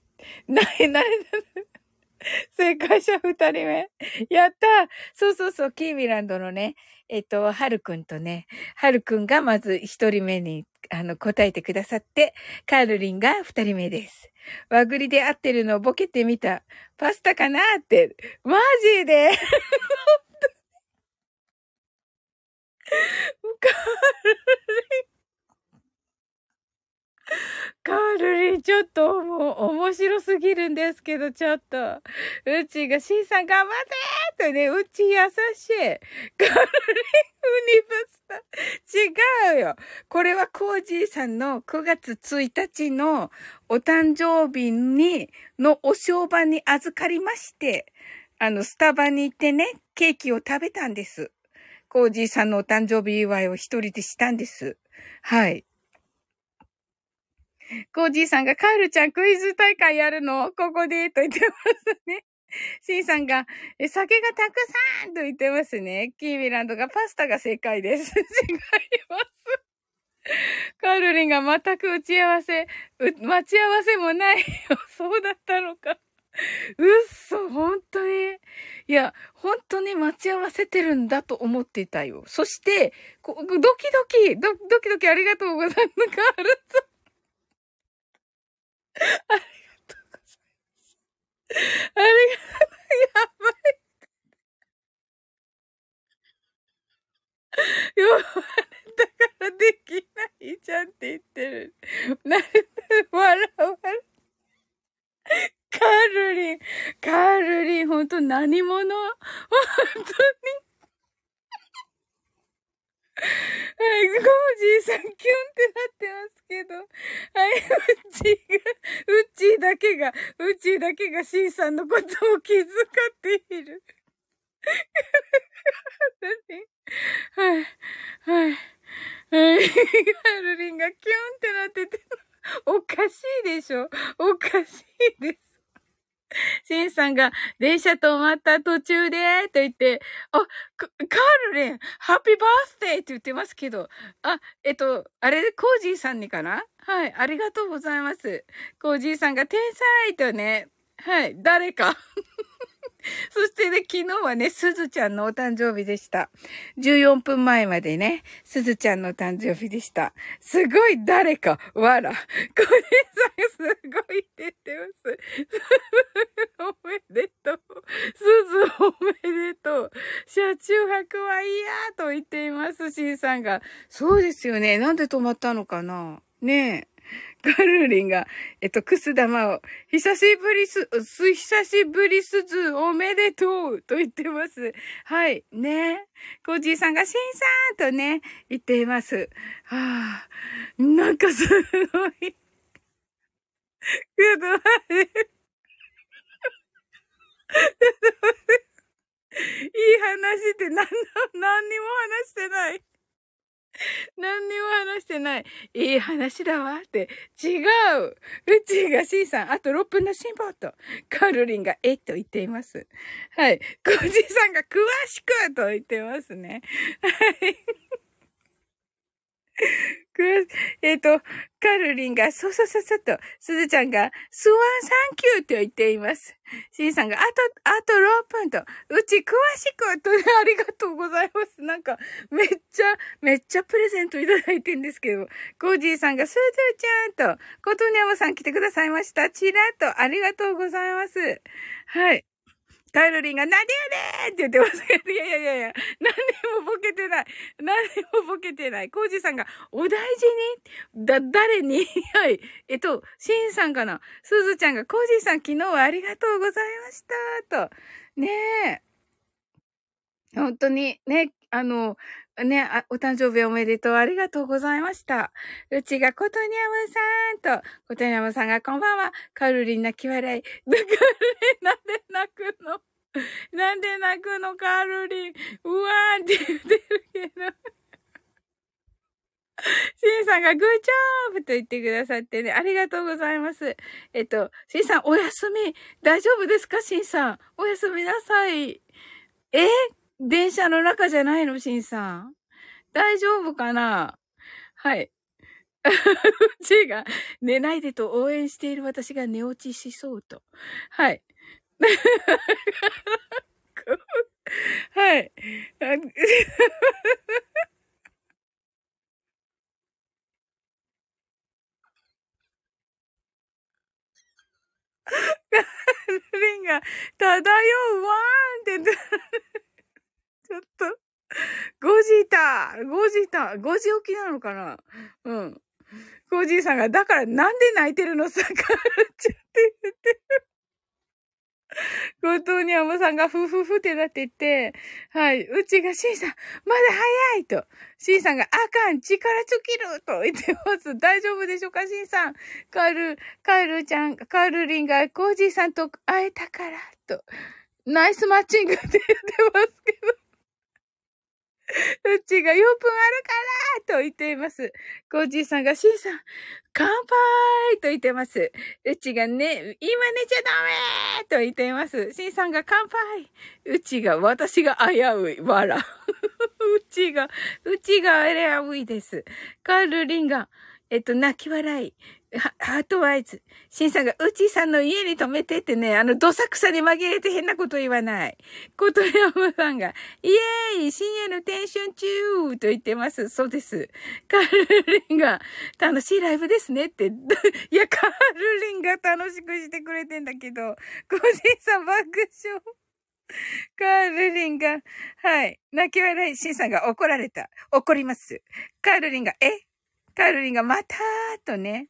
正解者2人目。やったー。そうそうそう、キーミランドのね、はるくんとね、はるくんがまず1人目に、答えてくださって、カールリンが2人目です。和栗で合ってるのをボケてみた。パスタかなって。マジでカールリン、 カールリン、ちょっともう面白すぎるんですけど、ちょっと。うちが、シンさん頑張ってーとね、うち優しい。カールリン、ユニバースター。違うよ。これはコージーさんの9月1日のお誕生日のお商売に預かりまして、スタバに行ってね、ケーキを食べたんです。コージーさんのお誕生日祝いを一人でしたんです。はい。コージーさんがカールちゃんクイズ大会やるのここでと言ってますね。シンさんが、酒がたくさんと言ってますね。キーミランドがパスタが正解です。違います。カールリンが全く待ち合わせもないよ。そうだったのか。本当に。いや、本当に待ち合わせてるんだと思っていたよ。そして、ドキドキありがとうございます。カールさん。ありがとうございます。ありがとう、やばいよ。だからできないじゃんって言ってる。笑う。カールリン、ほんと何者本当に。はい、ゴージーさん、キュンってなってますけど。はい、うちだけがシーさんのことを気遣っている。はい、はい、はい。カールリンがキュンってなってて、おかしいでしょ。おかしいです。シンさんが、電車止まった途中で、と言って、カールレン、ハッピーバースデーって言ってますけど、あれ、コージーさんにかなはい、ありがとうございます。コージーさんが天才とね、はい、誰か。そしてね、昨日はね、すずちゃんのお誕生日でした。14分前までね、すずちゃんのお誕生日でした。すごい誰か、わら。これさんすごいって言ってます。おめでとう。すずおめでとう。車中泊はいいやと言っています、しんさんが。そうですよね。なんで止まったのかなねえ。カルリンが、くす玉を、久しぶりすず、おめでとう、と言ってます。はい、ね。コージーさんが、しんさんとね、言っています。はあ、なんかすごい。ちょっと待って。いい話って何にも話してない。何にも話してない。いい話だわって。違う。うちが C さん、あと6分の辛抱と。カルリンがと言っています。はい。コージーさんが詳しくと言ってますね。はい。カルリンが、そうと、すずちゃんが、スワンサンキューと言っています。シンさんが、あと6分と、うち詳しくと、ありがとうございます。なんか、めっちゃプレゼントいただいてんですけど、コージーさんが、すずちゃんと、コトニャムさん来てくださいました。チラッと、ありがとうございます。はい。カイロリンが、なんでやねんって言ってますけど、いや、何にもボケてない。何にもボケてない。コウジさんが、お大事に誰にはい。シンさんかなスズちゃんが、コウジさん昨日はありがとうございました。と。ねえ。本当に、ね、お誕生日おめでとう。ありがとうございました。うちがコトニャムさんと、コトニャムさんがこんばんは。カルリン泣き笑い。カルリンなんで泣くのなんで泣くのカルリン。うわーって言ってるけど。シンさんがグッジョブと言ってくださってね、ありがとうございます。シンさんお休み、大丈夫ですかシンさん。おやすみなさい。電車の中じゃないのシンさん。大丈夫かなはい。うちが寝ないでと応援している私が寝落ちしそうと。はい。はい。リンが、漂うわーんって、ちょっと、5時起きなのかなうん。 コージーさんが、だからなんで泣いてるのさ、カールちゃんって言ってる。後藤にゃむさんがふふふってなってて、はい。うちがシンさん、まだ早いと。シンさんがあかん、力尽きると言ってます。大丈夫でしょうか、シンさん。カールちゃん、カールリンがコージーさんと会えたから、と。ナイスマッチングって言ってますけど。うちが4分あるからと言っています。コージーさんがシンさん、乾杯と言ってます。うちがね、今寝ちゃダメと言っています。シンさんが乾杯。うちが、私が危うい。わら。うちが危ういです。カールリンが、泣き笑い。ハートワイズ。シンさんが、うちさんの家に泊めてってね、どさくさに紛れて変なこと言わない。ことやまさんが、イエーイ深夜のテンション中と言ってます。そうです。カールリンが、楽しいライブですねって。いや、カールリンが楽しくしてくれてんだけど、コージーさん爆笑。カールリンが、はい。泣き笑い、シンさんが怒られた。怒ります。カールリンが、カールリンが、またーとね。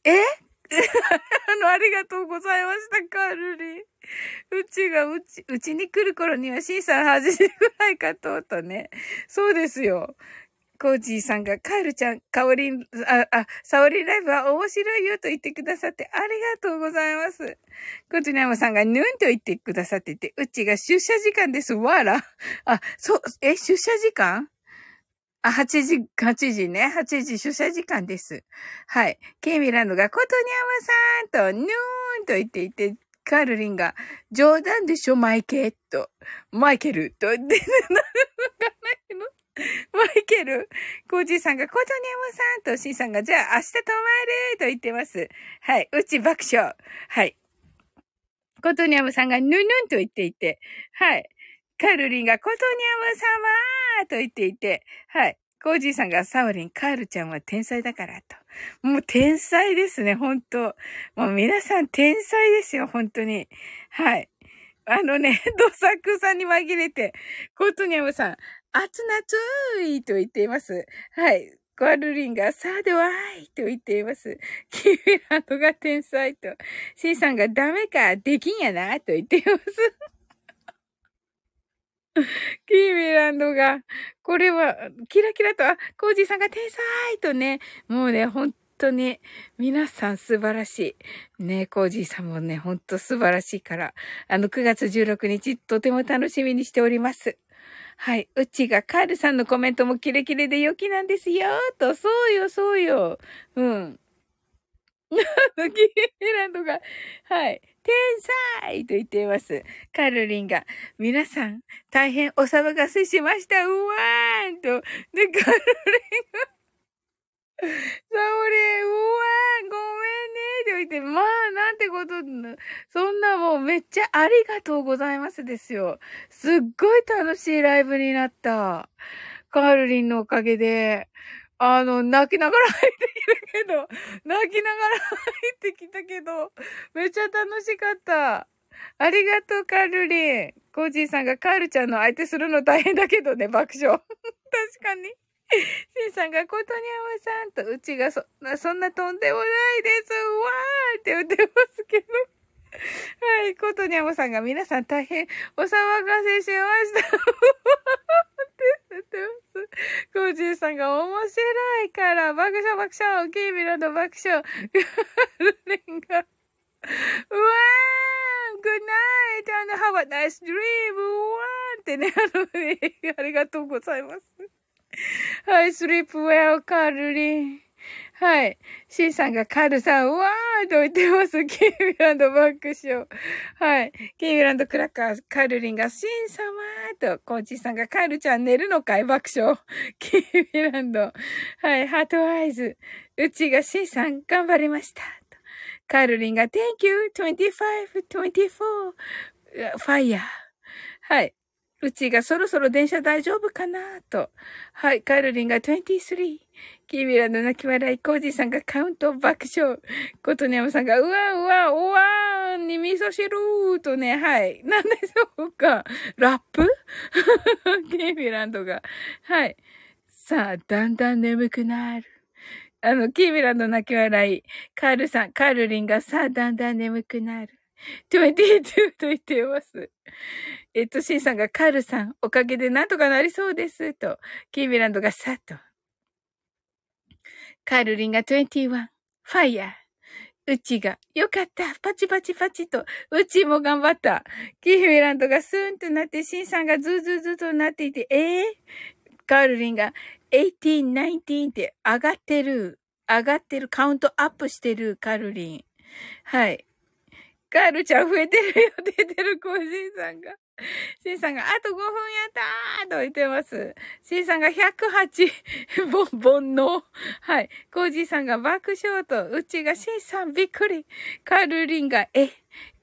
ありがとうございました、カールリン。うちに来る頃にはシンさん8時ぐらいかとね。そうですよ。コージーさんが、カエルちゃん、サオリンライブは面白いよと言ってくださってありがとうございます。コチナムさんが、ヌンと言ってくださってて、うちが出社時間です。わら。出社時間8時ね。8時出社時間です。はい。ケイミランドが、コトニャムさんと、ヌーンと言っていて、カールリンが、冗談でしょ、マイケルと言って、なるのかないのマイケル、コージーさんが、コトニャムさんと、シンさんが、じゃあ明日泊まると言ってます。はい。うち爆笑。はい。コトニャムさんが、ヌヌンと言っていて、はい。カルリンが、コトニャム様と言っていて、はい。コージーさんが、サオリン、カールちゃんは天才だからと。もう天才ですね、本当もう皆さん天才ですよ、本当に。はい。どさくさに紛れて、コートニャムさん、熱々いと言っています。はい。コアルリンが、さあではーいと言っています。キーミランドが天才と、シンさんがダメか、できんやな、と言っています。キーミランドが、これは、キラキラと、コージーさんが天才とね、もうね、本当に、皆さん素晴らしい。ね、コージーさんもね、本当素晴らしいから、9月16日、とても楽しみにしております。はい。うちがカールさんのコメントもキレキレで良きなんですよ、と。そうよ、そうよ。うん。キーランドが、はい。天才と言っています。カルリンが、皆さん、大変お騒がせしました。うわーんと。で、カルリンが、サオリン、うわーん、ごめんね。って言って、まあ、なんてこと、そんなもうめっちゃありがとうございますですよ。すっごい楽しいライブになった。カールリンのおかげで。泣きながら入ってきたけど、泣きながら入ってきたけど、めっちゃ楽しかった。ありがとう、カールリン。コージーさんがカールちゃんの相手するの大変だけどね、爆笑。確かに。シンさんがコトニャムさんと、うちがそんなとんでもないです。わーって言ってますけど。はい、コトニャムさんが皆さん大変お騒がせしました。って言ってます。コージーさんが面白いから、爆笑爆笑、キーミラの爆笑。ルリンが、うわー、good night and have a nice dream, うわーってね、ありがとうございます。はい、sleep well, カールリン。はい。シンさんがカールさん、うわーと言ってます。キーミランドバックショー。はい。キーミランドクラッカー、カールリンがシン様と、コーチさんがカールちゃん寝るのかい爆笑。キーミランド。はい。ハートアイズ。うちがシンさん頑張りました。カールリンが Thank you, 25, 24, fire. はい。うちがそろそろ電車大丈夫かなと。はい。カールリンが23。キーミラの泣き笑い。コージーさんがカウント爆笑。コトニャムさんがうわうわおわーんに味噌汁とね。はい。なんでしょうか。ラップキーミランドが。はい。さあ、だんだん眠くなる。 キーミランド泣き笑い。カールさん、カールリンがさあ、だんだん眠くなる。22と言っています。シンさんがカールさん、おかげでなんとかなりそうです。と。キーミランドがさっと。カールリンが21、ファイヤー。うちが、よかった。パチパチパチと。うちも頑張った。キーミランドがスーンとなって、シンさんがズーズーズーとなっていて、カールリンが18、19って上がってる。上がってる。カウントアップしてる、カールリン。はい。カールちゃん増えてるよ、出てる、コージーさんが。シンさんが、あと5分やったーと言ってます。シンさんが108、ボンの。はい。コージーさんが爆笑と、うちがシンさんびっくり。カールリンが、うわー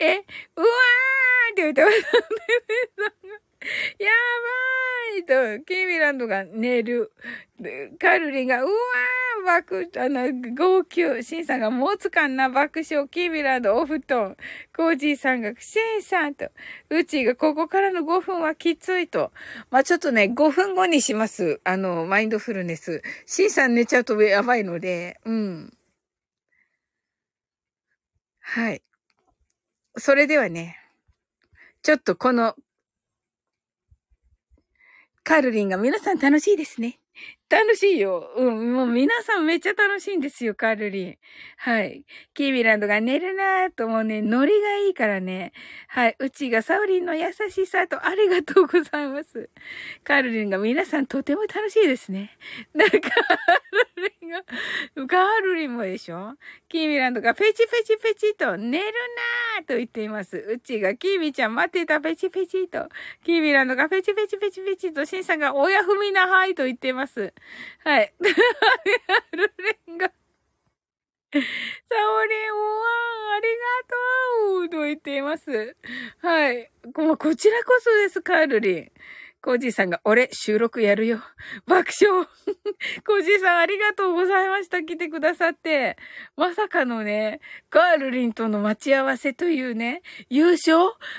って言ってます。やばーいと、キーミランドが寝る。カルリンが、うわー号泣。シンさんが持つかんな爆笑。キーミランドお布団。コージーさんが、シンさんと。うちがここからの5分はきついと。まあ、ちょっとね、5分後にします。マインドフルネス。シンさん寝ちゃうとやばいので、うん。はい。それではね、ちょっとこのカールリンが皆さん楽しいですね。楽しいよ。うん。もう皆さんめっちゃ楽しいんですよ、カールリン。はい。キービランドが寝るなーともうね、ノリがいいからね。はい。うちがサウリンの優しさとありがとうございます。カールリンが皆さんとても楽しいですね。カールリンが、カールリンもでしょ。キービランドがペチペチペチと寝るなーと言っています。うちがキービちゃん待ってたペチペチと。キービランドがペチペチペチペチと、シンさんが親踏みなはいと言っています。はい。ルレンが、サオリン、おわん、ありがとうと言っています。はい。こちらこそです、カールリン。コージーさんが、俺、収録やるよ。爆笑。コージーさん、ありがとうございました。来てくださって。まさかのね、カールリンとの待ち合わせというね、優勝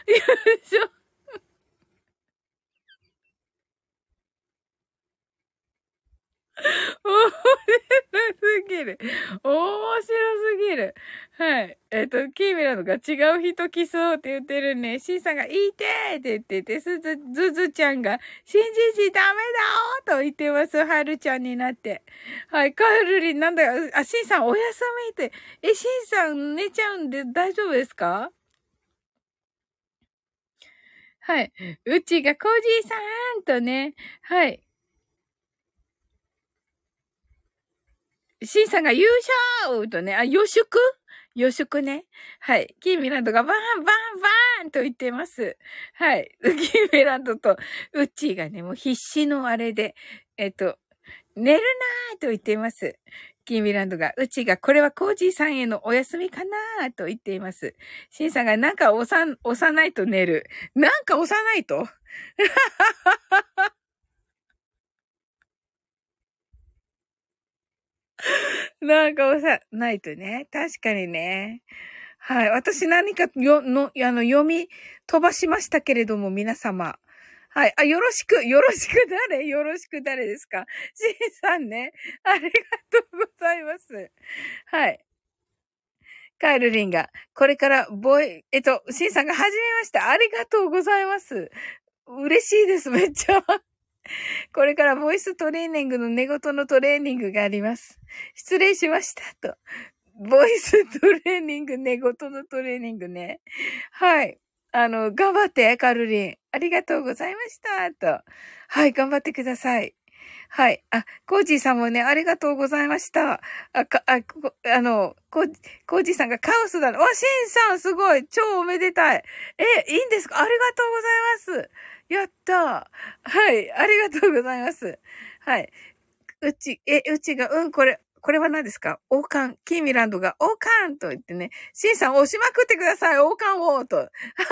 面白すぎる。面白すぎる。はい。キーミラのが違う人来そうって言ってるね。シンさんが、いてーって言ってて、ズズちゃんが、信じちダメだーと言ってます。はるちゃんになって。はい。カールリン、なんだよ。あ、シンさんお休みって。シンさん寝ちゃうんで大丈夫ですか？はい。うちがコージーさんとね、はい。シンさんが優勝とね、予祝予祝ね。はい。キーミランドがバーンバーンバーンと言ってます。はい。キーミランドとウッチーがね、もう必死のあれで、寝るなーと言っています。キーミランドが、うちが、これはコージーさんへのお休みかなーと言っています。シンさんが、なんか押さないと寝る。なんか押さないとなんか押さないとね。確かにね。はい。私何か読み飛ばしましたけれども、皆様。はい。よろしくよろしく誰ですか？シンさんね。ありがとうございます。はい。カエルリンが、これからシンさんが始めました。ありがとうございます。嬉しいです、めっちゃ。これからボイストレーニングの寝言のトレーニングがあります。失礼しました。と。ボイストレーニング、寝言のトレーニングね。はい。頑張って、カルリン。ありがとうございました。と。はい、頑張ってください。はい。コージーさんもね、ありがとうございました。コージーさんがカオスだ。シンさん、すごい。超おめでたい。いいんですか？ありがとうございます。やった。はい。ありがとうございます。はい。うちが、これは何ですか？王冠。キーミランドが王冠と言ってね、シンさん押しまくってください。王冠をと。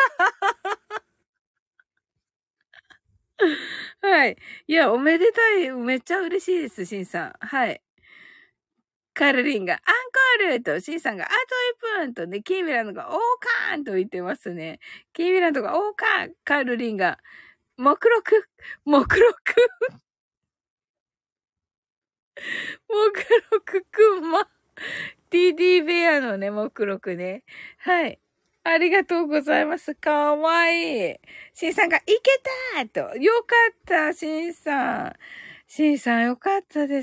はい。いや、おめでたい。めっちゃ嬉しいです、シンさん。はい。カルリンがアンコールと、シンさんがあと1分とね、キーミランドがオーカーンと言ってますね。キーミランドがオーカーン、カルリンが目録。 目録くま。TD ベアのね、目録ね。はい。ありがとうございます。かわいい。シンさんが、いけたーと。よかった、シンさん。シンさんよかったです。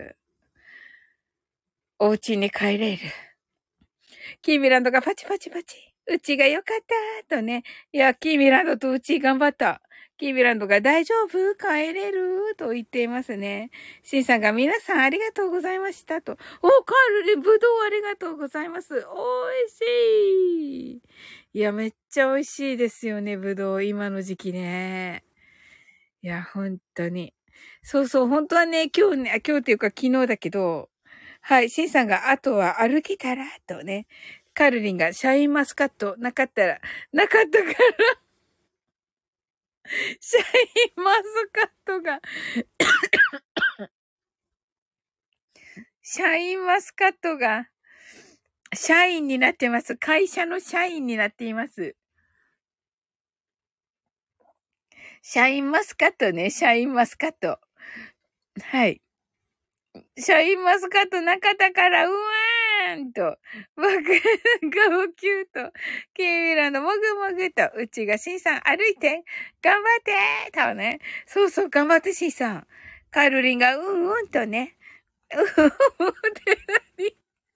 お家に帰れる。キーミランドがパチパチパチ。うちがよかったとね。いや、キーミランドとうち頑張った。キーミランドが大丈夫帰れると言っていますね。シンさんが皆さんありがとうございましたと。お、カールでブドウありがとうございます。おいしい。いや、めっちゃ美味しいですよね、ブドウ。今の時期ね。いや、本当に。そうそう、本当はね、今日ね、今日っていうか昨日だけど、はい、シンさんが、あとは歩けたら、とね。カルリンが、シャインマスカット、なかったら、なかったから、シャインマスカットが、シャインマスカットが、社員になってます。会社の社員になっています。シャインマスカットね、シャインマスカット。はい。シャインマスカットなかったから、うわーんと、僕がウキューと、キーミラのもぐもぐと、うちがシンさん歩いて、頑張ってとね。そうそう、頑張ってシンさん。カルリンがうんうんとね。うんうんって何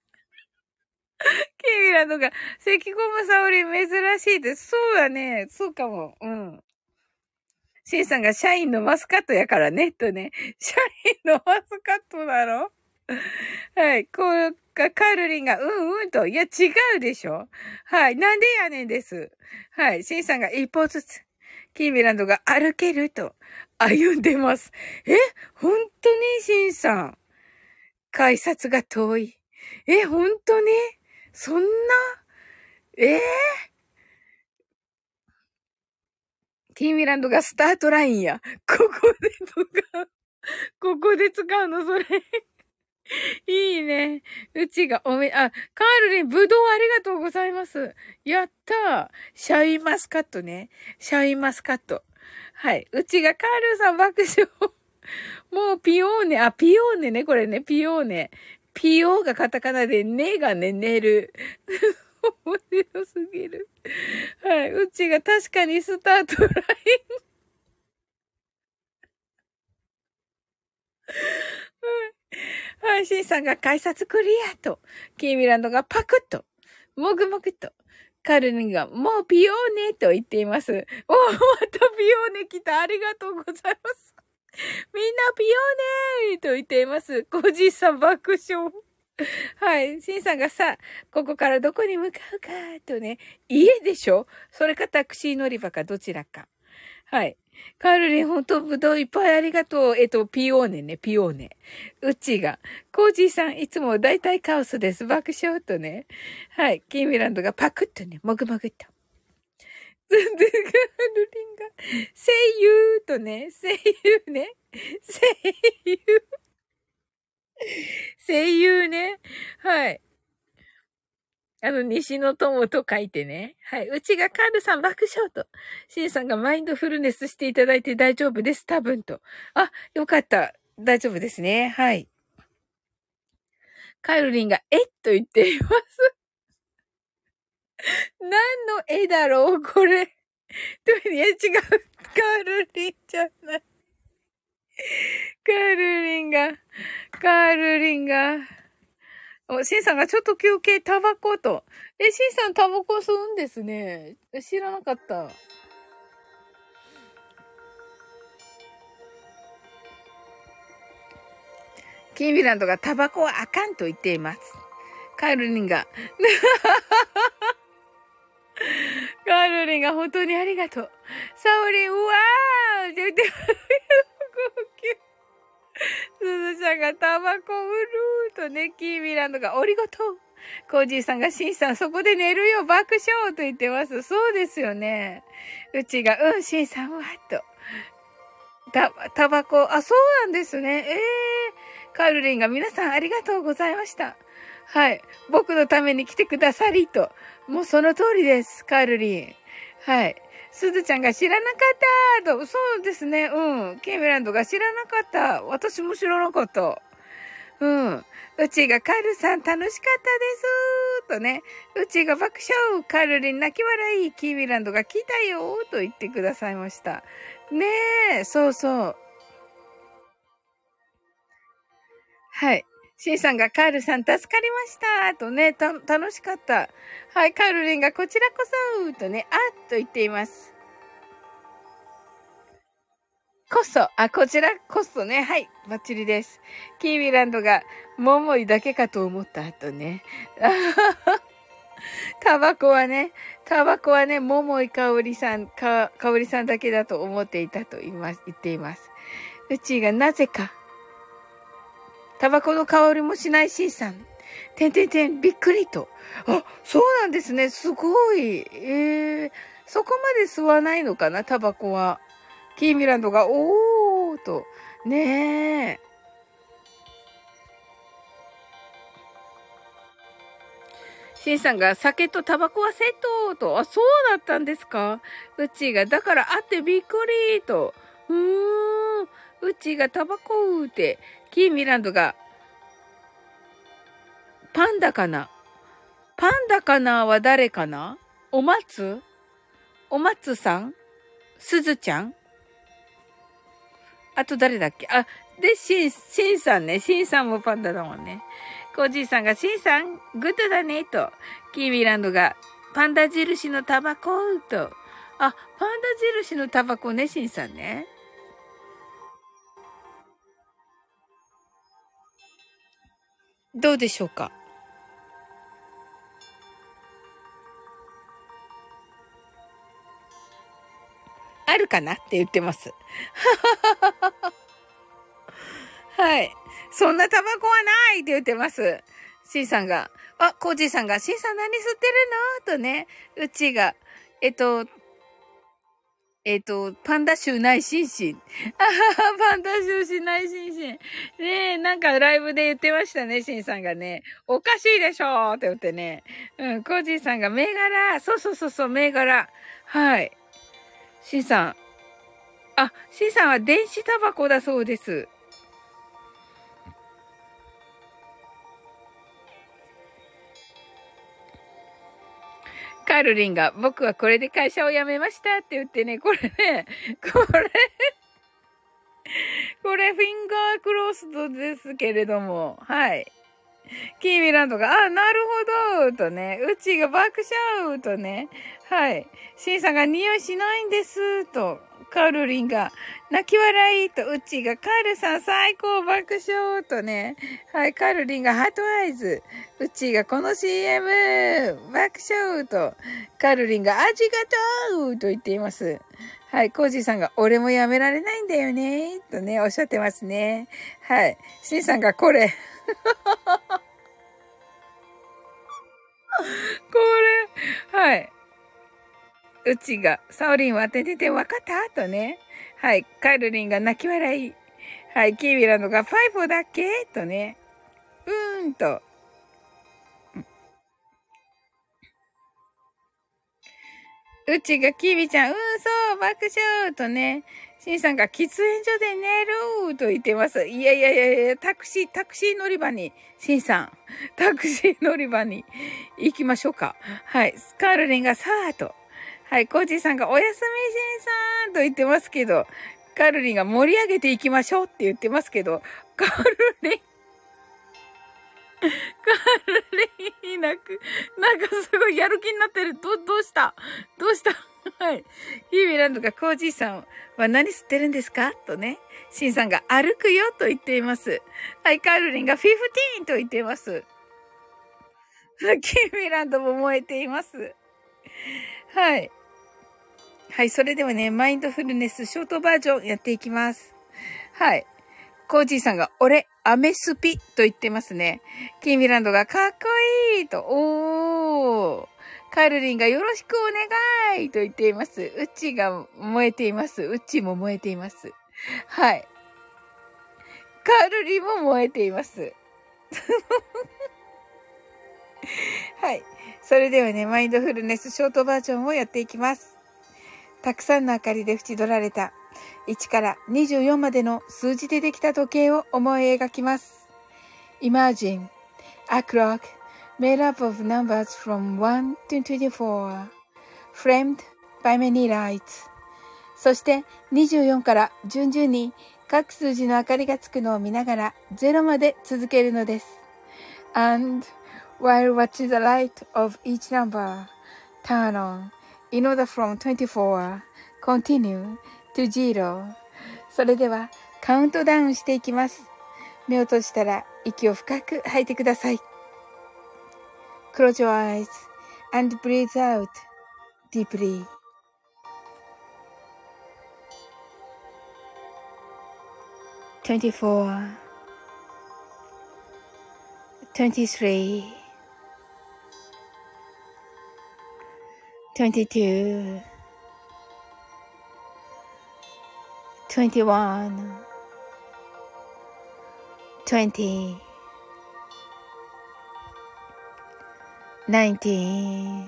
キーミラのが、咳込む沙織珍しいです。そうだね。そうかも。うん。シンさんが社員のマスカットやからね、とね。社員のマスカットだろはい。こうか、カルリンが、うんうんと。いや、違うでしょはい。なんでやねんです。はい。シンさんが一歩ずつ。キーミランドが歩けると歩んでます。え本当にシンさん。改札が遠い。本当にそんなえー、キーミランドがスタートラインや。ここで使うの、それ。いいね。うちがカールリン、ブドウありがとうございます。やったー。シャインマスカットね。シャインマスカット。はい。うちがカールさん爆笑。もうピオーネ、ピオーネね、これね、ピオーネ。ピオーがカタカナで、ネがね、寝る。面白すぎる。はい。うちが確かにスタートライン。はい。シンさんが改札クリアと。キーミランドがパクッと。もぐもぐと。カルニが、もうピオーネと言っています。またピオーネ来た。ありがとうございます。みんなピオーネと言っています。コジさん爆笑。はい。シンさんがさ、ここからどこに向かうか、とね。家でしょそれかタクシー乗り場かどちらか。はい。カールリン、ほんとぶどういっぱいありがとう。ピオーネね、ピオーネ。うちが。コージーさん、いつも大体カオスです。爆笑とね。はい。キーミランドがパクッとね、もぐもぐっと。で、カールリンが、声優とね、声優ね。声優。声優ね。はい。西の友と書いてね。はい。うちがカールさん爆笑と。シンさんがマインドフルネスしていただいて大丈夫です。多分と。あ、よかった。大丈夫ですね。はい。カールリンが、と言っています。何の絵だろうこれ。いや、違う。カールリンじゃない。カールリンが、シンさんがちょっと休憩、タバコと。シンさんタバコ吸うんですね。知らなかった。キーミランドがタバコはあかんと言っています。カールリンが、カールリンが本当にありがとう。サオリン、うわーって言って、すずちゃんがタバコ売るとね、キーミランドがおりごと。コージーさんがシンさんそこで寝るよ爆笑と言ってます。そうですよね。うちが、シンさんはと。タバコ、そうなんですね。カールリンが皆さんありがとうございました。はい。僕のために来てくださりと。もうその通りです、カールリン。はい。 すずちゃんが知らなかったと。そうですね。うん。キーミランドが知らなかった。私も知らなかった。うん。うちがカルさん楽しかったですとね。うちが爆笑。カルリン泣き笑い。キーミランドが来たよと言ってくださいました。ねえ、そうそう。はい。シンさんがカールさん助かりましたとね、楽しかった。はい、カールリンがこちらこそとね、あっと言っています。こちらこそね、はい、バッチリです。キーミランドが、桃井だけかと思った後ね。タバコはね、桃井かおりさんだけだと思っていたと言っています。うちがなぜか、タバコの香りもしない C さん。びっくりと。あ、そうなんですね。すごい。そこまで吸わないのかな、タバコは。キーミランドが、おーと。ねえ。シンさんが、酒とタバコはセットと。あ、そうだったんですか？うちが、だから会ってびっくりと。うちがタバコって。キーミランドが、パンダかなは誰かな？お松さん？すずちゃん？あと誰だっけ？あ、で、しんさんね。しんさんもパンダだもんね。コージーさんが、しんさん、グッドだね、と。キーミランドが、パンダ印のタバコ、と。あ、パンダ印のタバコね、しんさんね。どうでしょうか？あるかなって言ってます。はい。そんなタバコはないって言ってます。シンさんが。あ、コージーさんが、シンさん何吸ってるのとね。うちが、えっと、パンダ臭ないシンシン。あはは、パンダ臭しないシンシン。ねえ、なんかライブで言ってましたね、シンさんがね。おかしいでしょって言ってね。うん、コージーさんが銘柄。そう、銘柄。はい。シンさん。あ、シンさんは電子タバコだそうです。カールリンが、僕はこれで会社を辞めましたって言ってね、これね、これフィンガークロスドですけれども、はい。キーミランドが、あ、なるほど、とね、うちが爆笑とね、はい。シンさんが匂いしないんです、と、カールリンが、泣き笑いと、うちが、カールさん最高爆笑とね、はい、カールリンがハートアイズ、うちがこの CM、爆笑と、カールリンがありがとうと言っています。はい、コージーさんが、俺もやめられないんだよね、とね、おっしゃってますね。はい。シンさんがこれ、これ、はい。うちが、サオリンは当ててて分かったとね。はい。カイルリンが泣き笑い。はい。キーミラのがファイフォだっけとね。と。うちがキビちゃん、そう、爆笑とね。シンさんが喫煙所で寝ると言ってます。いや、タクシー乗り場に、シンさん、タクシー乗り場に行きましょうか。はい。スカールリンがさーと。はい。コージーさんがおやすみシンさんと言ってますけど、カールリンが盛り上げていきましょうって言ってますけど、カールリン、カールリン、なんかすごいやる気になってる。どうしたはい。ヒーミランドがコージーさんは何吸ってるんですかとね。シンさんが歩くよと言っています。はい。カールリンが15と言っています。キーミランドも燃えています。はい。はい。それではね、マインドフルネスショートバージョンやっていきます。はい。コージーさんが、俺、アメスピと言ってますね。キーミランドが、かっこいいと、おー。カールリンが、よろしくお願いと言っています。うちが燃えています。うちも燃えています。はい。カールリンも燃えています。はい。それではね、マインドフルネスショートバージョンをやっていきます。 たくさんの明かりで縁取られた1から24までの数字でできた時計を思い描きます。Imagine a clock made up of numbers from 1 to 24, framed by many lights. そして24から順々に各数字の明かりがつくのを見ながら0まで続けるのです。And while watching the light of each number turn on in order from 24, continue to 0. それではカウントダウンしていきます。目を閉じたら息を深く吐いてください。Close your eyes and breathe out deeply. 24, 23, 22, 21, 20, 19,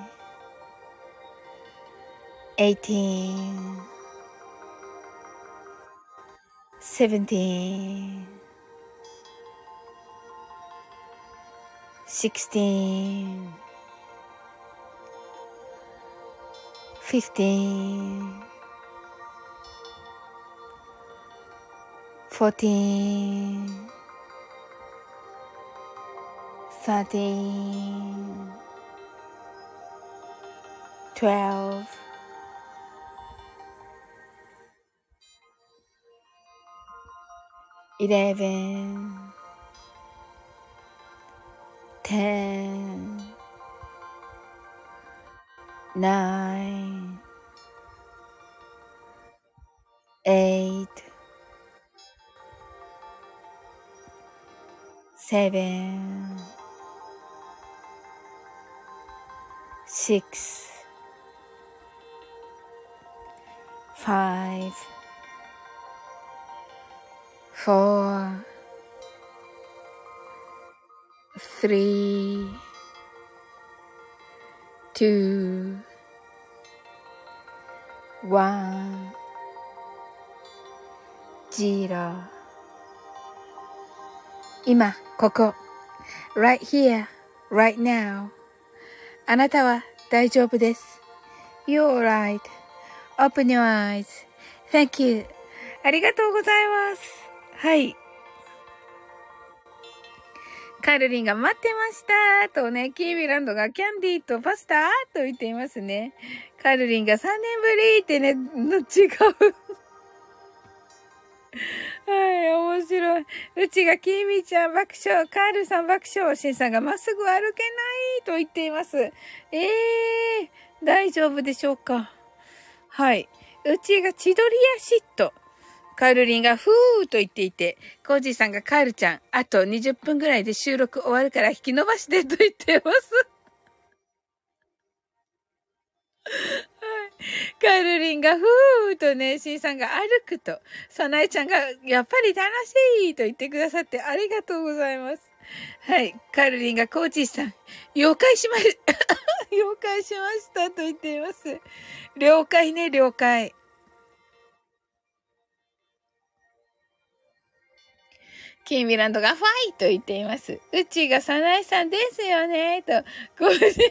18, 17, 16, 15, 14, 13, 12, 11, 10, 9, 8, 7, 6, 5, 4, 3, 2, 1, 0. 今、ここ。right here, right now. あなたは大丈夫です。You're right.Open your eyes. Thank you. ありがとうございます。はい。カルリンが待ってましたとね、キーミランドがキャンディーとパスタと言っていますね。カルリンが3年ぶりってね、違う。はい、面白い。うちがキーミちゃん爆笑、カールさん爆笑、シンさんがまっすぐ歩けないと言っています。大丈夫でしょうか。はい。うちが千鳥やシット。カールリンがふーと言っていて、コージーさんがカールちゃん、あと20分ぐらいで収録終わるから引き伸ばしてと言ってます。はい。カールリンがふーとね、シンさんが歩くと、サナエちゃんがやっぱり楽しいと言ってくださってありがとうございます。はい。カールリンがコージーさん、妖怪しましたと言っています。了解ね、了解。キーミランドがファイと言っています。うちがサナエさんですよね、と。コージーさんが、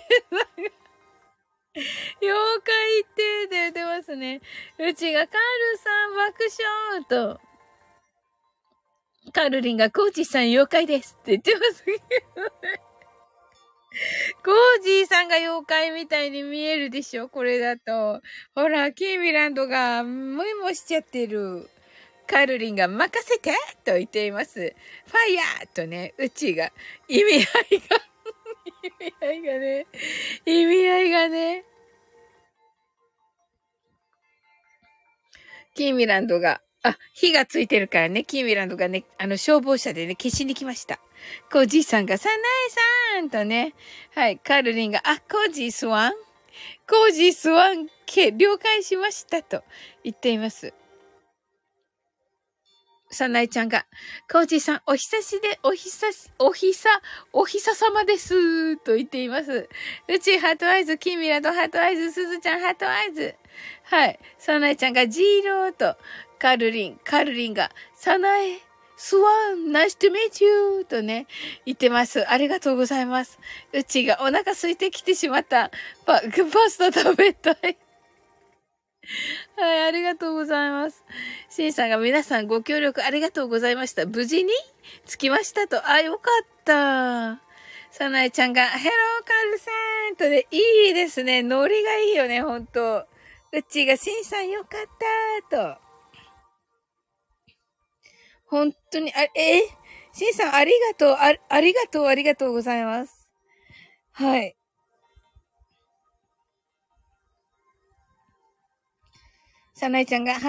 妖怪って言ってますね。うちがカールさん爆笑と。カールリンがコージーさん妖怪ですって言ってますけどね。コージーさんが妖怪みたいに見えるでしょこれだと。ほら、キーミランドがメモしちゃってる。カールリンが任せてと言っています。ファイヤーとね、うちが意味合いがね。キーミランドが、火がついてるからね、キーミランドがね、消防車でね、消しに来ました。コージーさんが、サナエさんとね、はい、カールリンが、コージースワン了解しましたと言っています。サナエちゃんが、コージーさん、お久様です、と言っています。うち、ハートアイズ、キーミランド、ハートアイズ、すずちゃん、ハートアイズ。 はい。サナエちゃんがジーローと、カルリンが、サナエ、スワン、ナイストゥメイチューとね、言ってます。ありがとうございます。うちがお腹空いてきてしまった。パスタ食べたい。はい、ありがとうございます。シンさんが皆さんご協力ありがとうございました。無事に着きましたと。あ、よかった。サナエちゃんが、ヘローカルさんとね、いいですね。ノリがいいよね、ほんと。うちが、シンさんよかったと。本当に、シンさんありがとう、ありがとう、ありがとうございます。はい。サナエちゃんが、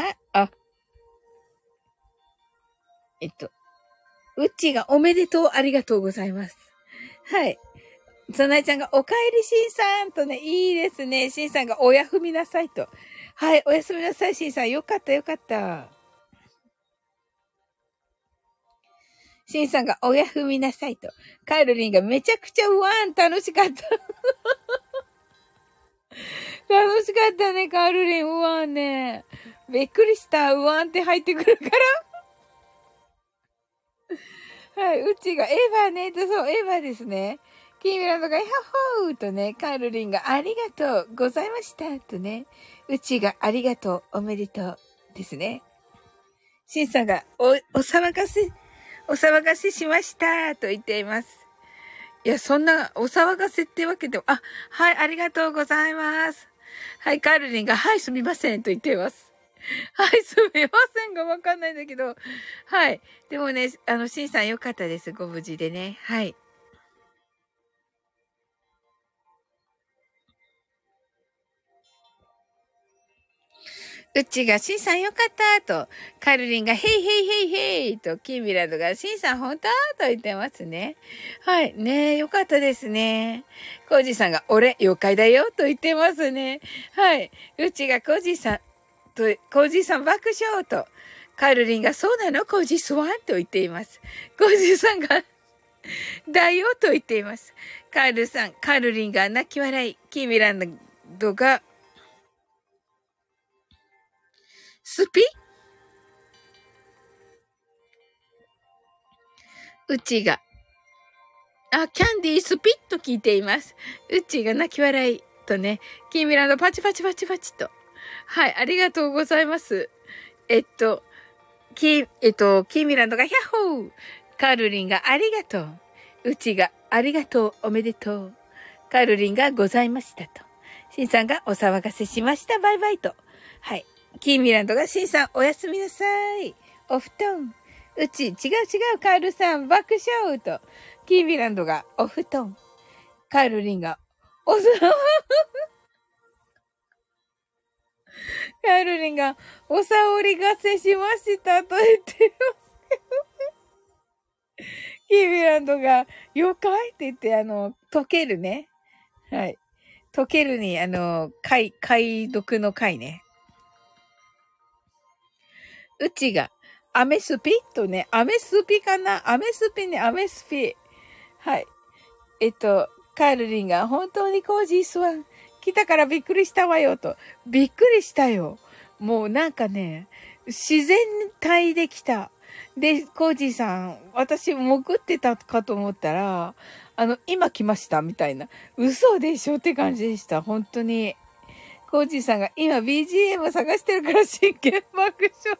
うっちーがおめでとう、ありがとうございます。はい。サナエちゃんが、おかえりしんさんとね、いいですね。しんさんが、おやすみなさいと。はい、おやすみなさい、しんさん。よかった、よかった。しんさんが、おやすみなさいと。カールリンが、めちゃくちゃ楽しかった。楽しかったね、カールリン、ね。びっくりした、って入ってくるから。はい、うちが、エヴァね、そう、エヴァですね。キーミランドが、ヤッホーとね、カールリンが、ありがとうございましたとね。うちが、ありがとう、おめでとうですね。シンさんが、お騒がせしましたと言っています。いや、そんな、お騒がせってわけでも、はい、ありがとうございます。はい、カールリンが、はい、すみませんと言っています。はい、すみませんがわかんないんだけど。はい。でもね、シンさんよかったです。ご無事でね。はい。うちが、シンさんよかったと、カルリンが、ヘイヘイヘイヘイと、キーミランドが、シンさん本当と言ってますね。はい。ねえ、よかったですね。コージさんが、俺、妖怪だよと言ってますね。はい。うちが、コージさん爆笑と、カルリンが、そうなのコージスワンと言っています。コージさんが、だよと言っています。カルリンが泣き笑い、キーミランドが、スピうちが、キャンディースピッと聞いています。うちが泣き笑いとね、キーミランドパチパチパチパチと。はい、ありがとうございます。キーミランドがヒャッホーカールリンがありがとう。うちがありがとう、おめでとう。カールリンがございましたと。シンさんがお騒がせしました、バイバイと。はい。キーミランドがシンさんおやすみなさい。お布団。うち、違う、カールさん爆笑と。キーミランドがお布団。カールリンがカールリンがおさおり合戦しましたと言ってキーミランドが、妖怪って言って、溶けるね。はい。溶けるに、解読の解ね。うちが、アメスピとね、アメスピかなアメスピね、アメスピ。はい。カールリンが、本当にコージースワン、来たからびっくりしたわよと。びっくりしたよ。もうなんかね、自然体で来た。で、コージーさん、私潜ってたかと思ったら、今来ましたみたいな。嘘でしょって感じでした。本当に。コージーさんが今 BGM 探してるから真剣爆笑。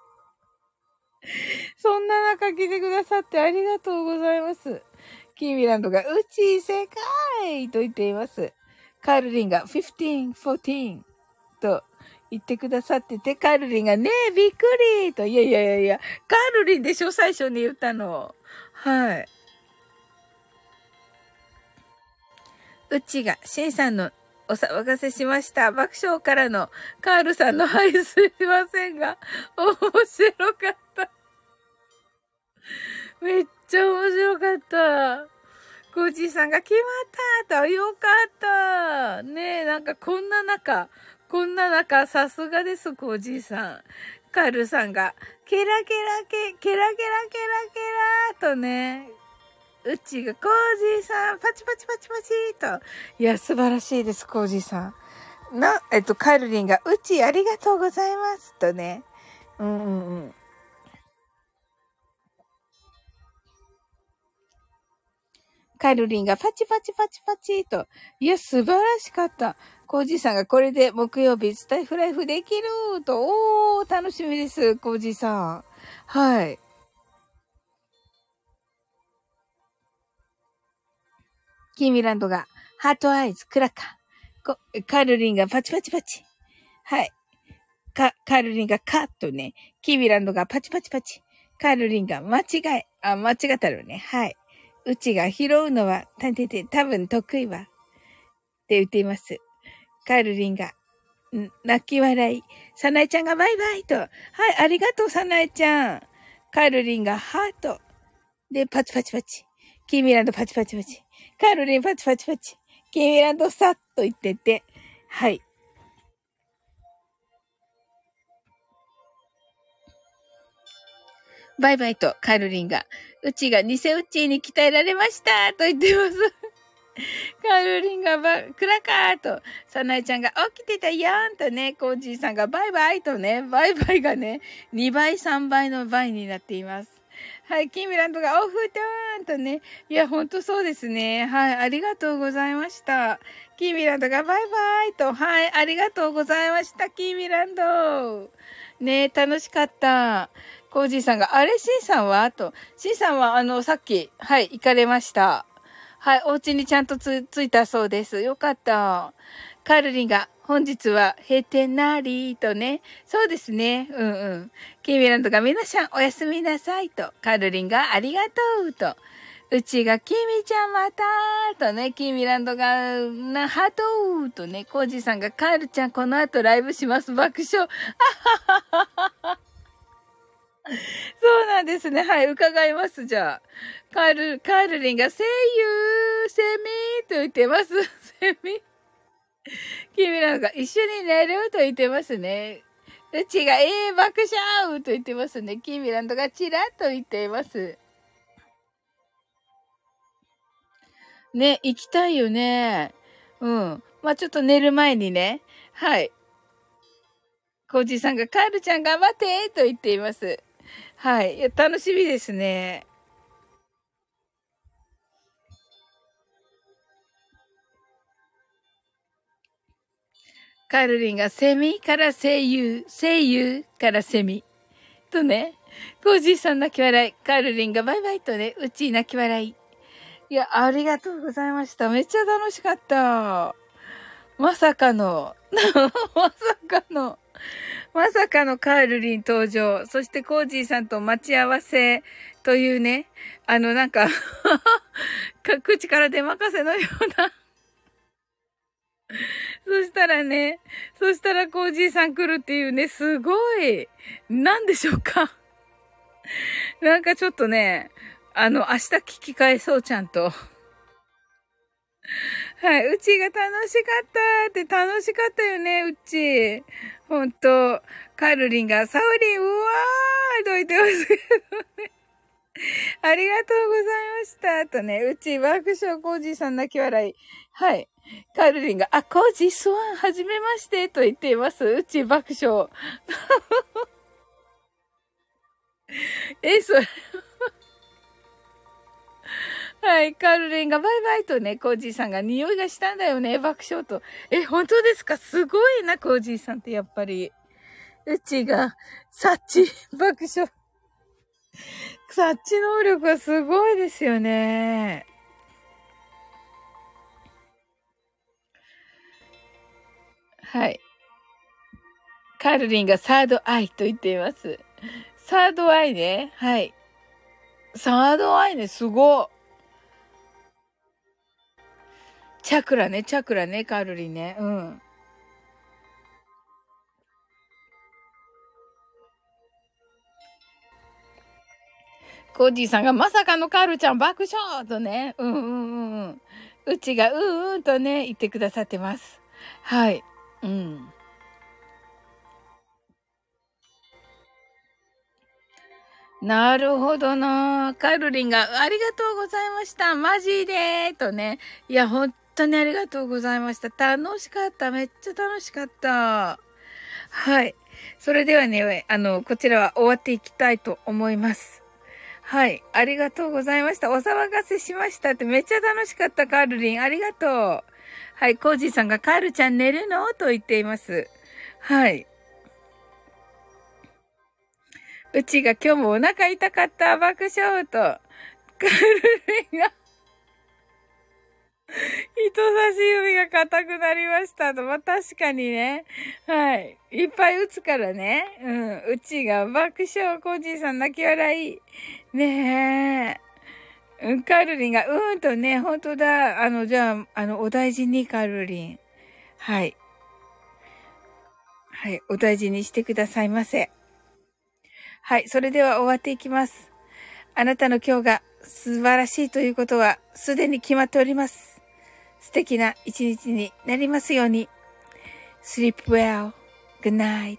そんな中来てくださってありがとうございます。キーミランドが、うち世界と言っています。カールリンが15、14と言ってくださってて、カールリンがねえ、びっくりと、いや、カールリンでしょ、最初に言ったの。はい。うちが、シンさんのお騒がせしました。爆笑からのカールさんのはい、すいませんが、面白かった。めっちゃ面白かった。コージーさんが決まったと、よかった。ねえ、なんかこんな中、さすがです、コージーさん。カールさんが、ケラとね、うちが、コージーさん、パチパチと。いや、素晴らしいです、コージーさん。 カルリンが、うちありがとうございますとね。うんうんうん。カルリンがパチパチパチパチと。いや、素晴らしかった。コージーさんがこれで木曜日スタイフライフできると。おー、楽しみです、コージーさん。はい。キーミランドが、ハートアイズ、クラッカー。カルリンがパチパチパチ。はい。カルリンがカッとね。キーミランドがパチパチパチ。カルリンが間違ったのね。はい。うちが拾うのは、多分得意わ。って言っています。カルリンが、泣き笑い。サナエちゃんがバイバイと。はい、ありがとう、サナエちゃん。カルリンがハート。で、パチパチパチ。キーミランドパチパチパチ。カルリンパチパチパチ。キーミランドサッと言ってて。はい。バイバイとカルリンが、うちが偽うちに鍛えられましたと言ってます。カルリンがクラカーと、サナエちゃんが起きてたよーんとね、コージーさんがバイバイとね、バイバイがね、2倍3倍の倍になっています。はい、キーミランドがオフトーンとね、いや、ほんとそうですね。はい、ありがとうございました。キーミランドがバイバイと、はい、ありがとうございました、キーミランド。ね、楽しかった。コージーさんが、あれ、シンさんはと、シンさんは、さっき、はい、行かれました。はい、お家にちゃんとついたそうです。よかった。カルリンが、本日は閉店なりとね。そうですね。うんうん。キーミランドが、皆さんおやすみなさいと。カルリンが、ありがとうと。うちが、キミちゃんまたーとね、キーミランドが、ハートーとね、コージーさんが、カールちゃんこの後ライブします。爆笑。そうなんですね。はい、伺います。じゃあ。カールリンが、声優、セミと言ってます。セミ。君らが一緒に寝ると言ってますね。うちが、爆笑と言ってますね。キーミランドがチラッと言っています。ね、行きたいよね。うん。まあ、ちょっと寝る前にね。はい。コージーさんが、カールちゃん頑張ってと言っています。はい。いや楽しみですね。カールリンがセミから声優、声優からセミ。とね、コージーさん泣き笑い、カールリンがバイバイとね、うち泣き笑い。いや、ありがとうございました。めっちゃ楽しかった。まさかの、まさかのカールリン登場。そしてコージーさんと待ち合わせというね、なんか口から出任せのようなそしたらコージーさん来るっていうね、すごい、なんでしょうか。なんかちょっとね、明日聞き返そうちゃんと。はい。うちが楽しかったって楽しかったよね、うち。ほんと。カルリンが、サオリン、うわーと言ってますけどね。ありがとうございました。とね、うち爆笑コージーさん泣き笑い。はい。カルリンが、あ、コージースワン、はじめまして、と言っています。うち爆笑。それ。はい。カルリンがバイバイとね、コージーさんが匂いがしたんだよね、爆笑と。本当ですか？すごいな、コージーさんってやっぱり。うちが、察知、爆笑。察知能力がすごいですよね。はい。カルリンがサードアイと言っています。サードアイね。はい。サードアイね、すごい。チャクラね、カルリンね。うん。コージーさんがまさかのカルちゃん爆笑とね。うんうんうんうん。うちがうんうんとね、言ってくださってます。はい。うん。なるほどな。カルリンがありがとうございました。マジでとね。いや、本当にありがとうございました。楽しかった。めっちゃ楽しかった。はい。それではね、こちらは終わっていきたいと思います。はい。ありがとうございました。お騒がせしましたってめっちゃ楽しかった、カールリン。ありがとう。はい。コージーさんがカールちゃん寝るのと言っています。はい。うちが今日もお腹痛かった、爆笑と。カールリンが人差し指が硬くなりましたと。まあ、確かにね。はい。いっぱい打つからね。うん。うちが爆笑、コージーさん泣き笑い。ねえ。うん、カルリンが、とね、本当だ。じゃあ、お大事に、カルリン。はい。はい。お大事にしてくださいませ。はい。それでは終わっていきます。あなたの今日が素晴らしいということは、すでに決まっております。素敵な一日になりますように。sleep well. good night.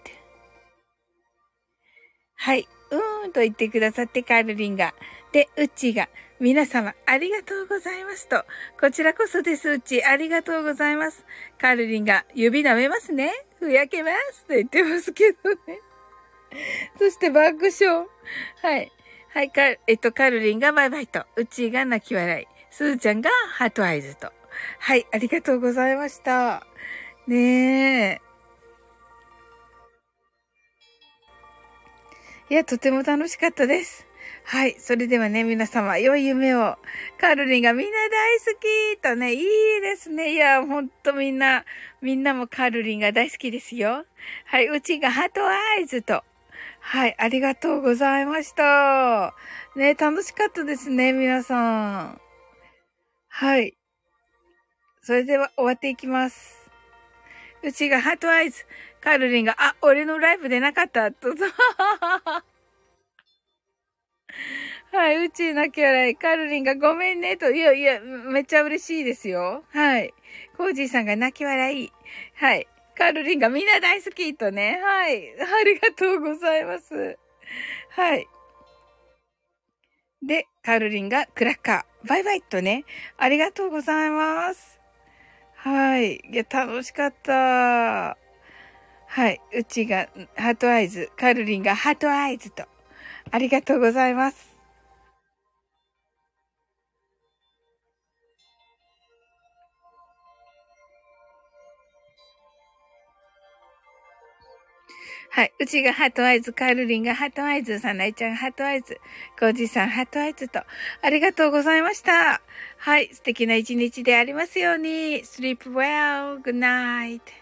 はい。と言ってくださってカールリンが。で、ウッチーが、皆様ありがとうございますと。こちらこそです、ウッチー。ありがとうございます。カールリンが、指舐めますね。ふやけますと言ってますけどね。そして爆笑。はい。はい、カールリンがバイバイと。ウッチーが泣き笑い。スーちゃんがハートアイズと。はい、ありがとうございました。ねえ。いや、とても楽しかったです。はい。それではね、皆様、良い夢を。カールリンがみんな大好きとね、いいですね。いや、ほんとみんなもカールリンが大好きですよ。はい。うちがハートアイズと。はい。ありがとうございました。ね、楽しかったですね、皆さん。はい。それでは終わっていきます。うちがハートアイズ。カールリンが、俺のライブでなかった。と。はい、うち泣き笑い。カールリンがごめんね。と。いやいや、めっちゃ嬉しいですよ。はい。コージーさんが泣き笑い。はい。カールリンがみんな大好き。とね。はい。ありがとうございます。はい。で、カールリンがクラッカー。バイバイとね。ありがとうございます。はい。いや、楽しかった。はい。うちがハートアイズ。カールリンがハートアイズと。ありがとうございます。はい。うちがハートアイズ、カールリンがハートアイズ、サナイちゃんハートアイズ、コージさんハートアイズと、ありがとうございました。はい。素敵な一日でありますように。sleep well, good night.